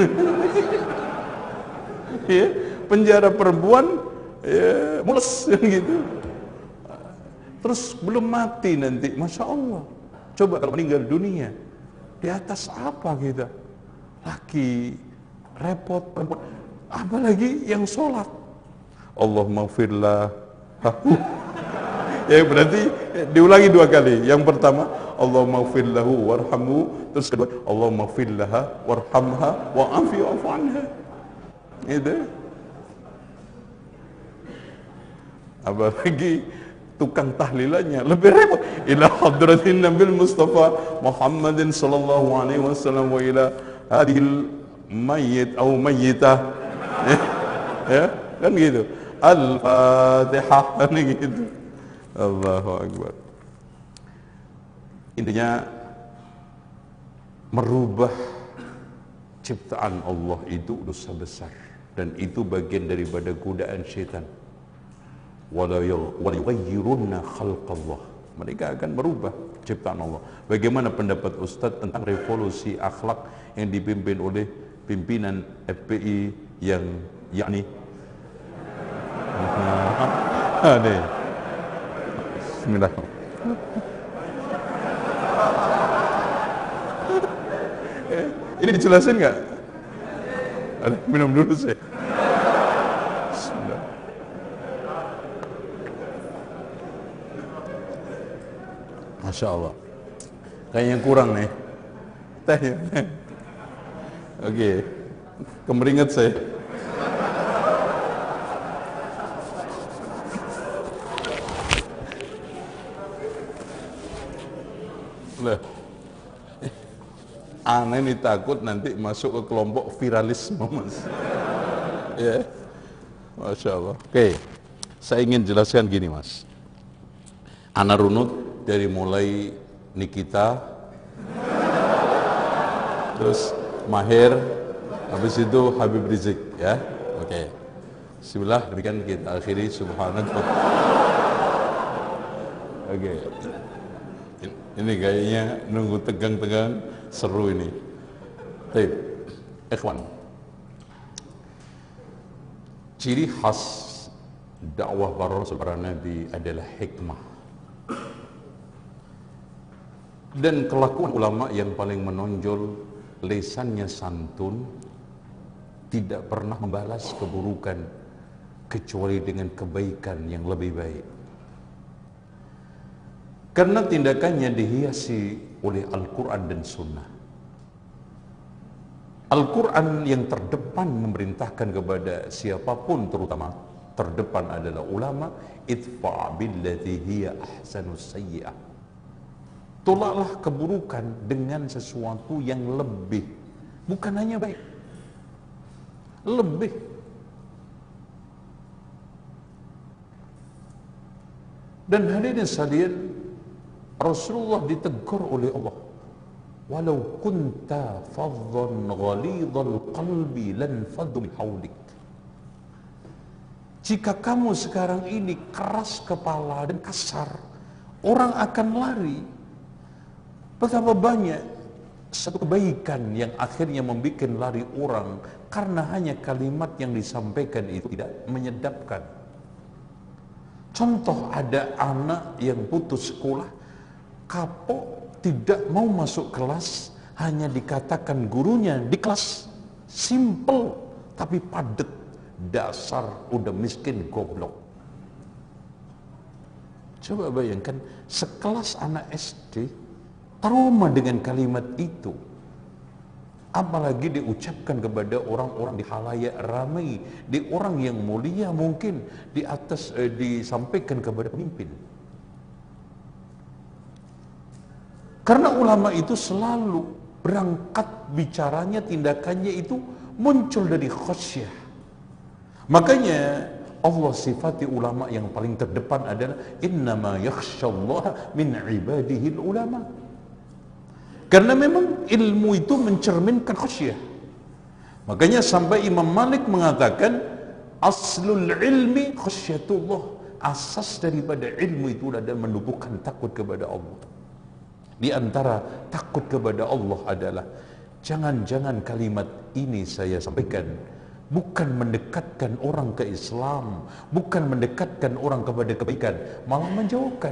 Ya, penjara perempuan ya, mules gitu. Terus belum mati nanti, masya Allah. Coba kalau meninggal dunia, di atas apa kita? Laki repot perempuan, apalagi yang sholat. Allahumma firlah. Ya berarti diulangi dua kali. Yang pertama, Allahumma firlahu warhamhu. Terus kedua, Allahumma firlaha warhamha wa'afi wa'fu anha. Itu. Apalagi tukang tahlilannya lebih repot. Ila hadratin Nabil Mustafa Muhammadin sallallahu alaihi wasallam wa ila hadhil mayyit atau mayyitah. Ya, kan gitu. Al-Fatihah, kan gitu. Allahu Akbar. Intinya merubah ciptaan Allah itu dosa besar, dan itu bagian daripada godaan syaitan. Wala yughayyirunna khalqallah. Mereka akan merubah ciptaan Allah. Bagaimana pendapat Ustaz tentang revolusi akhlak yang dipimpin oleh pimpinan F P I yang yakni ada. Bismillah. Ini dijelasin nggak? Minum dulu saya. Bismillah. Masya Allah. Kayaknya kurang nih. Teh. Oke. Kemeringat saya. Lah. Aneh nih, takut nanti masuk ke kelompok viralisme, Mas. Ya. Masya Allah. Oke. Saya ingin jelaskan gini, Mas. Ana runut dari mulai Nikita, terus Mahir, habis itu Habib Rizik, ya. Oke. Bismillah, berikan kita akhiri subhanallah. Oke. Ini kayaknya nunggu tegang-tegang, seru ini. Baik, ikhwan. Ciri khas dakwah para rasul, para nabi adalah hikmah. Dan kelakuan ulama yang paling menonjol, lisannya santun, tidak pernah membalas keburukan kecuali dengan kebaikan yang lebih baik. Karena tindakannya dihiasi oleh Al-Quran dan Sunnah. Al-Quran yang terdepan memerintahkan kepada siapapun, terutama terdepan adalah ulama, idfa' billati hiya ahsanus sayyi'ah. Tolaklah keburukan dengan sesuatu yang lebih, bukan hanya baik, lebih. Dan hadirin sekalian, Rasulullah ditegur oleh Allah, walau kunta faddan ghalidhal qalbi lan faddu min hawlik. Jika kamu sekarang ini keras kepala dan kasar, orang akan lari. Betapa banyak satu kebaikan yang akhirnya membuat lari orang karena hanya kalimat yang disampaikan itu tidak menyedapkan. Contoh, ada anak yang putus sekolah, kapok, tidak mau masuk kelas, hanya dikatakan gurunya di kelas simple tapi padat, dasar udah miskin goblok. Coba bayangkan sekelas anak S D trauma dengan kalimat itu, apalagi diucapkan kepada orang-orang di khalayak ramai, di orang yang mulia, mungkin di atas eh, disampaikan kepada pemimpin. Karena ulama itu selalu berangkat bicaranya, tindakannya itu muncul dari khasyah. Makanya Allah sifati ulama yang paling terdepan adalah innama yakhsyallaha min ibadihil ulama. Karena memang ilmu itu mencerminkan khasyah. Makanya sampai Imam Malik mengatakan aslul ilmi khasyatullah. Asas daripada ilmu itu adalah menumbuhkan takut kepada Allah. Di antara takut kepada Allah adalah jangan-jangan kalimat ini saya sampaikan bukan mendekatkan orang ke Islam, bukan mendekatkan orang kepada kebaikan, malah menjauhkan.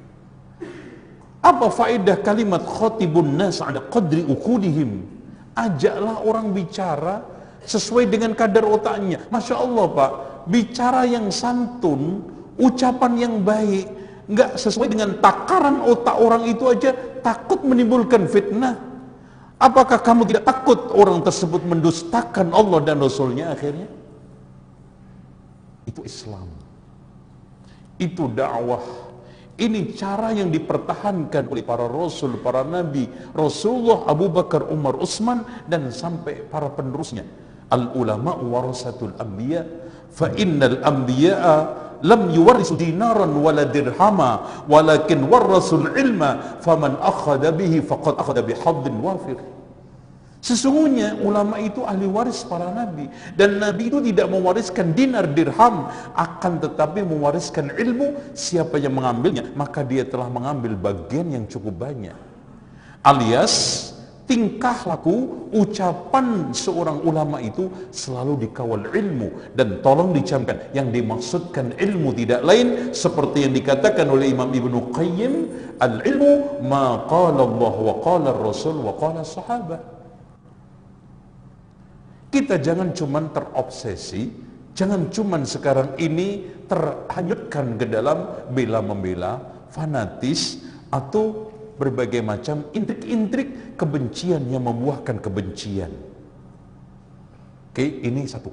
Apa faedah kalimat khatibun nas ala qadri uqudihim? Ajaklah orang bicara sesuai dengan kadar otaknya. Masya Allah Pak, bicara yang santun, ucapan yang baik, nggak sesuai dengan takaran otak orang itu aja takut menimbulkan fitnah. Apakah kamu tidak takut orang tersebut mendustakan Allah dan Rasulnya akhirnya? Itu Islam. Itu dakwah. Ini cara yang dipertahankan oleh para Rasul, para Nabi, Rasulullah, Abu Bakar, Umar, Utsman, dan sampai para penerusnya. Al-ulama warasatul anbiya, fa innal anbiya'a lam yuwarisu dinaran wala dirhama walakin warasul ilma faman akhadha bihi faqad akhadha bihadin wafir. Sesungguhnya ulama itu ahli waris para nabi, dan nabi itu tidak mewariskan dinar dirham, akan tetapi mewariskan ilmu. Siapa yang mengambilnya maka dia telah mengambil bagian yang cukup banyak. Alias tingkah laku, ucapan seorang ulama itu selalu dikawal ilmu. Dan tolong dicamkan, yang dimaksudkan ilmu tidak lain seperti yang dikatakan oleh Imam Ibnu Qayyim, al-ilmu ma qala Allah wa qala Rasul wa qala sahabat. Kita jangan cuman terobsesi, jangan cuman sekarang ini terhanyutkan ke dalam bela-membela, fanatis, atau berbagai macam intrik-intrik kebencian yang membuahkan kebencian. Oke, ini satu.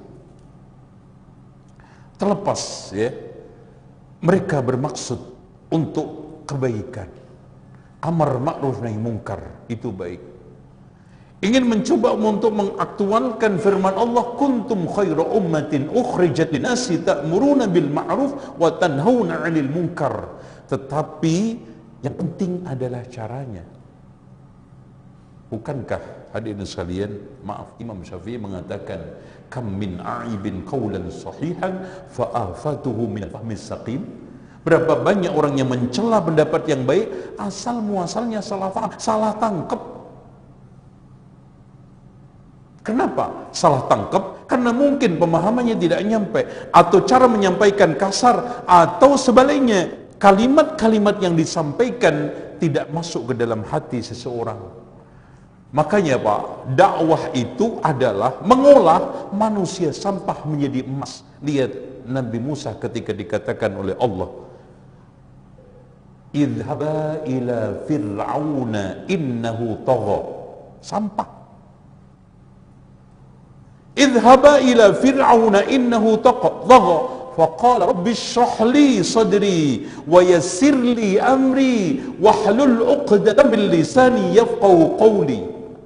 Terlepas ya, mereka bermaksud untuk kebaikan, amar ma'ruf nahi mungkar, itu baik. Ingin mencoba untuk mengaktualkan firman Allah, kuntum khaira ummatin ukhrijat linasi ta'muruna bil ma'ruf wa tanhauna 'anil munkar. Tetapi yang penting adalah caranya. Bukankah hadirin sekalian, maaf, Imam Syafi'i mengatakan kam min a'ibin qawlan sahihan fa afatuhu min al-fahmi saqim. Berapa banyak orang yang mencela pendapat yang baik asal muasalnya salah faham, salah tangkap. Kenapa salah tangkap? Karena mungkin pemahamannya tidak nyampe, atau cara menyampaikan kasar, atau sebaliknya kalimat-kalimat yang disampaikan tidak masuk ke dalam hati seseorang. Makanya Pak, dakwah itu adalah mengolah manusia sampah menjadi emas. Lihat Nabi Musa ketika dikatakan oleh Allah, idhaba ila fir'auna innahu tagha. Sampah. Idhaba ila fir'auna innahu tagha faqala rabbi shrah li sadri wa yassir li amri wahlul 'uqdatam min lisani yafqahu qawli.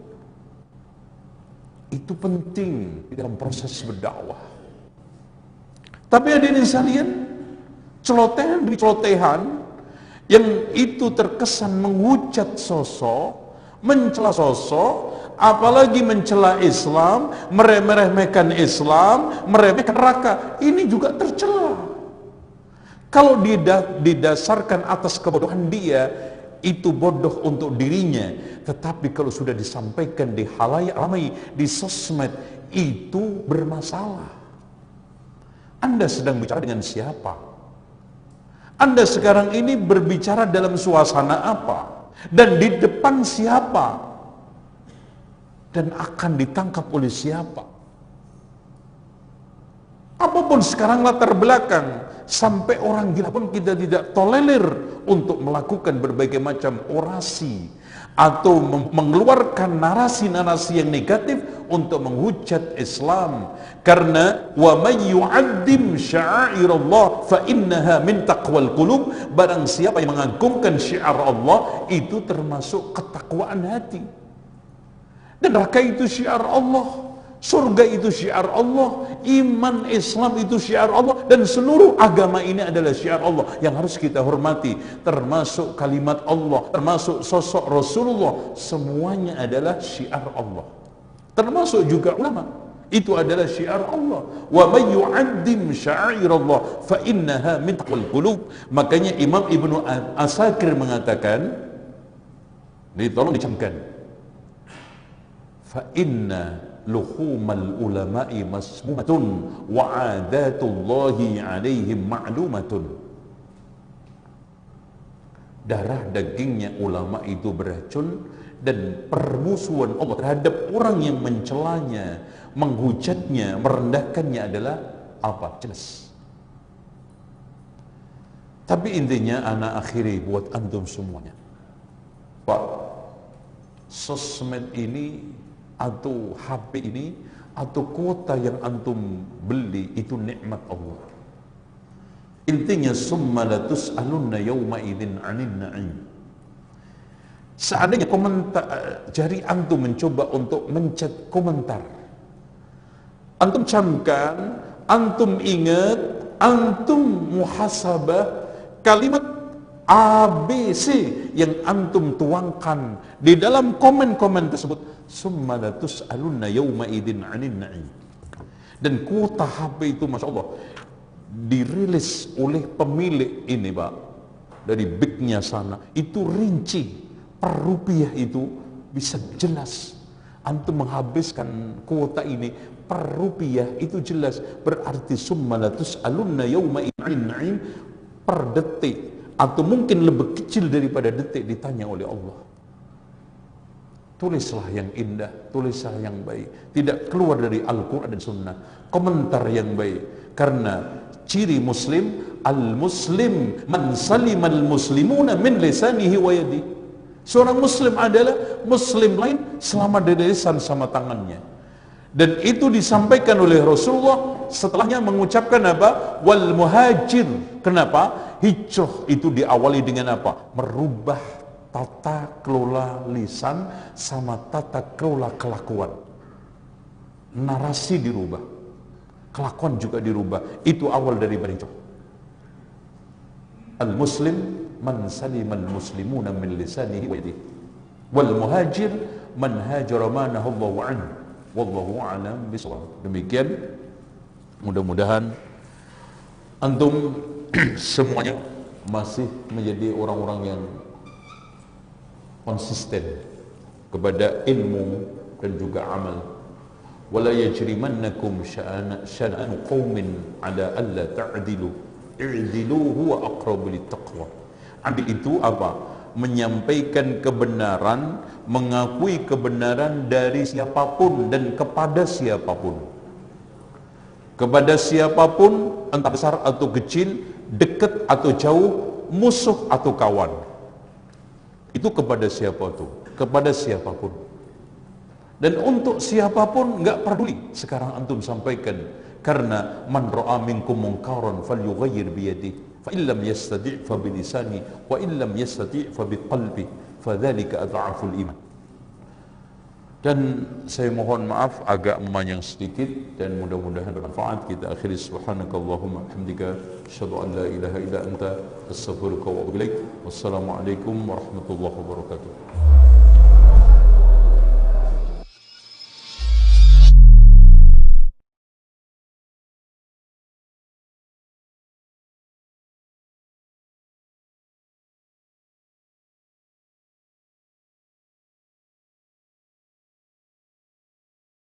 Itu penting dalam proses berdakwah. Tapi hadirin sekalian, celotehan demi celotehan yang itu terkesan menghujat sosok, mencela sosok, apalagi mencela Islam, meremeh-remehkan Islam, meremehkan neraka, ini juga tercela. Kalau didasarkan atas kebodohan dia, itu bodoh untuk dirinya. Tetapi kalau sudah disampaikan di khalayak ramai, di sosmed, itu bermasalah. Anda sedang bicara dengan siapa? Anda sekarang ini berbicara dalam suasana apa? dan di depan siapa, dan akan ditangkap oleh siapa. Apapun sekarang latar belakang, sampai orang gila pun kita tidak tolerir untuk melakukan berbagai macam orasi atau mengeluarkan narasi-narasi yang negatif untuk menghujat Islam. Karena wa may yu'azzim sya'airallah fa innaha min taqwal qulub, barang siapa yang mengagungkan syiar Allah itu termasuk ketakwaan hati. Dan neraka itu syiar Allah, surga itu syiar Allah, iman Islam itu syiar Allah, dan seluruh agama ini adalah syiar Allah yang harus kita hormati, termasuk kalimat Allah, termasuk sosok Rasulullah, semuanya adalah syiar Allah. Termasuk juga ulama, itu adalah syiar Allah. Wa may yu'azzim sya'airallah fa innaha min taqwal qulub. Makanya Imam Ibnu Asakir mengatakan, ini tolong dicamkan, fa inna luhumal ulama'i masmumatun wa 'adatullahi 'alaihim ma'lumatun. Darah dagingnya ulama itu beracun, dan permusuhan Allah terhadap orang yang mencelanya, menghujatnya, merendahkannya adalah apa? Jelas. Tapi intinya anak akhiri buat antum semuanya, Pak, sosmed ini atau H P ini atau kuota yang antum beli itu nikmat Allah. Intinya summa latus'alunna yawma idzin 'anil na'im. Seandainya komentar jari antum mencoba untuk mencet komentar, antum camkan, antum ingat, antum muhasabah kalimat A, B, C yang antum tuangkan di dalam komen-komen tersebut. Summa latus'alunna yawma idzin 'anil na'im. Dan kuota H P itu Masya Allah dirilis oleh pemilik ini Pak, dari bignya sana, itu rinci per rupiah itu bisa jelas. Antum menghabiskan kuota ini per rupiah itu jelas, berarti summa latus'alunna yawma idzin 'anil na'im per detik, atau mungkin lebih kecil daripada detik ditanya oleh Allah. Tulislah yang indah, tulislah yang baik, tidak keluar dari Al-Quran dan Sunnah, komentar yang baik. Karena ciri muslim, al-muslim man salimal muslimuna min lisanihi wa yadihi. Seorang muslim adalah muslim lain selama dari lisan sama tangannya. Dan itu disampaikan oleh Rasulullah setelahnya mengucapkan apa? Wal muhajir. Kenapa? Hijrah itu diawali dengan apa? Merubah tata kelola lisan sama tata kelola kelakuan. Narasi dirubah, kelakuan juga dirubah. Itu awal dari hijrah. Al-muslim man salimal muslimuna min lisanihi wa yadihi. Wal muhajir man hajara ma nahallahu anhu. Wallahu a'lam bishawab. Demikian, mudah-mudahan antum semuanya masih menjadi orang-orang yang konsisten kepada ilmu dan juga amal. Wala yajrimannakum syana'anu qaumin ala alla ta'dilu i'dilu huwa aqrabu littaqwa. Adil itu apa? Menyampaikan kebenaran, mengakui kebenaran dari siapapun dan kepada siapapun. Kepada siapapun, entah besar atau kecil, dekat atau jauh, musuh atau kawan. Itu kepada siapa tuh? Kepada siapapun. Dan untuk siapapun enggak peduli. Sekarang antum sampaikan, karena man ra'a minkum munkaran falyughayyir bi yadihi, fa illam yastati' fa bi lisanihi, wa illam yastati' fa bi qalbi, fa dzalika adhaful iman. Dan saya mohon maaf agak memanjang sedikit, dan mudah-mudahan bermanfaat. Kita akhiri subhanakallahumma hamdika asyhadu an la ilaha illa anta astaghfiruka wa atubu ilaik. Wassalamualaikum warahmatullahi wabarakatuh.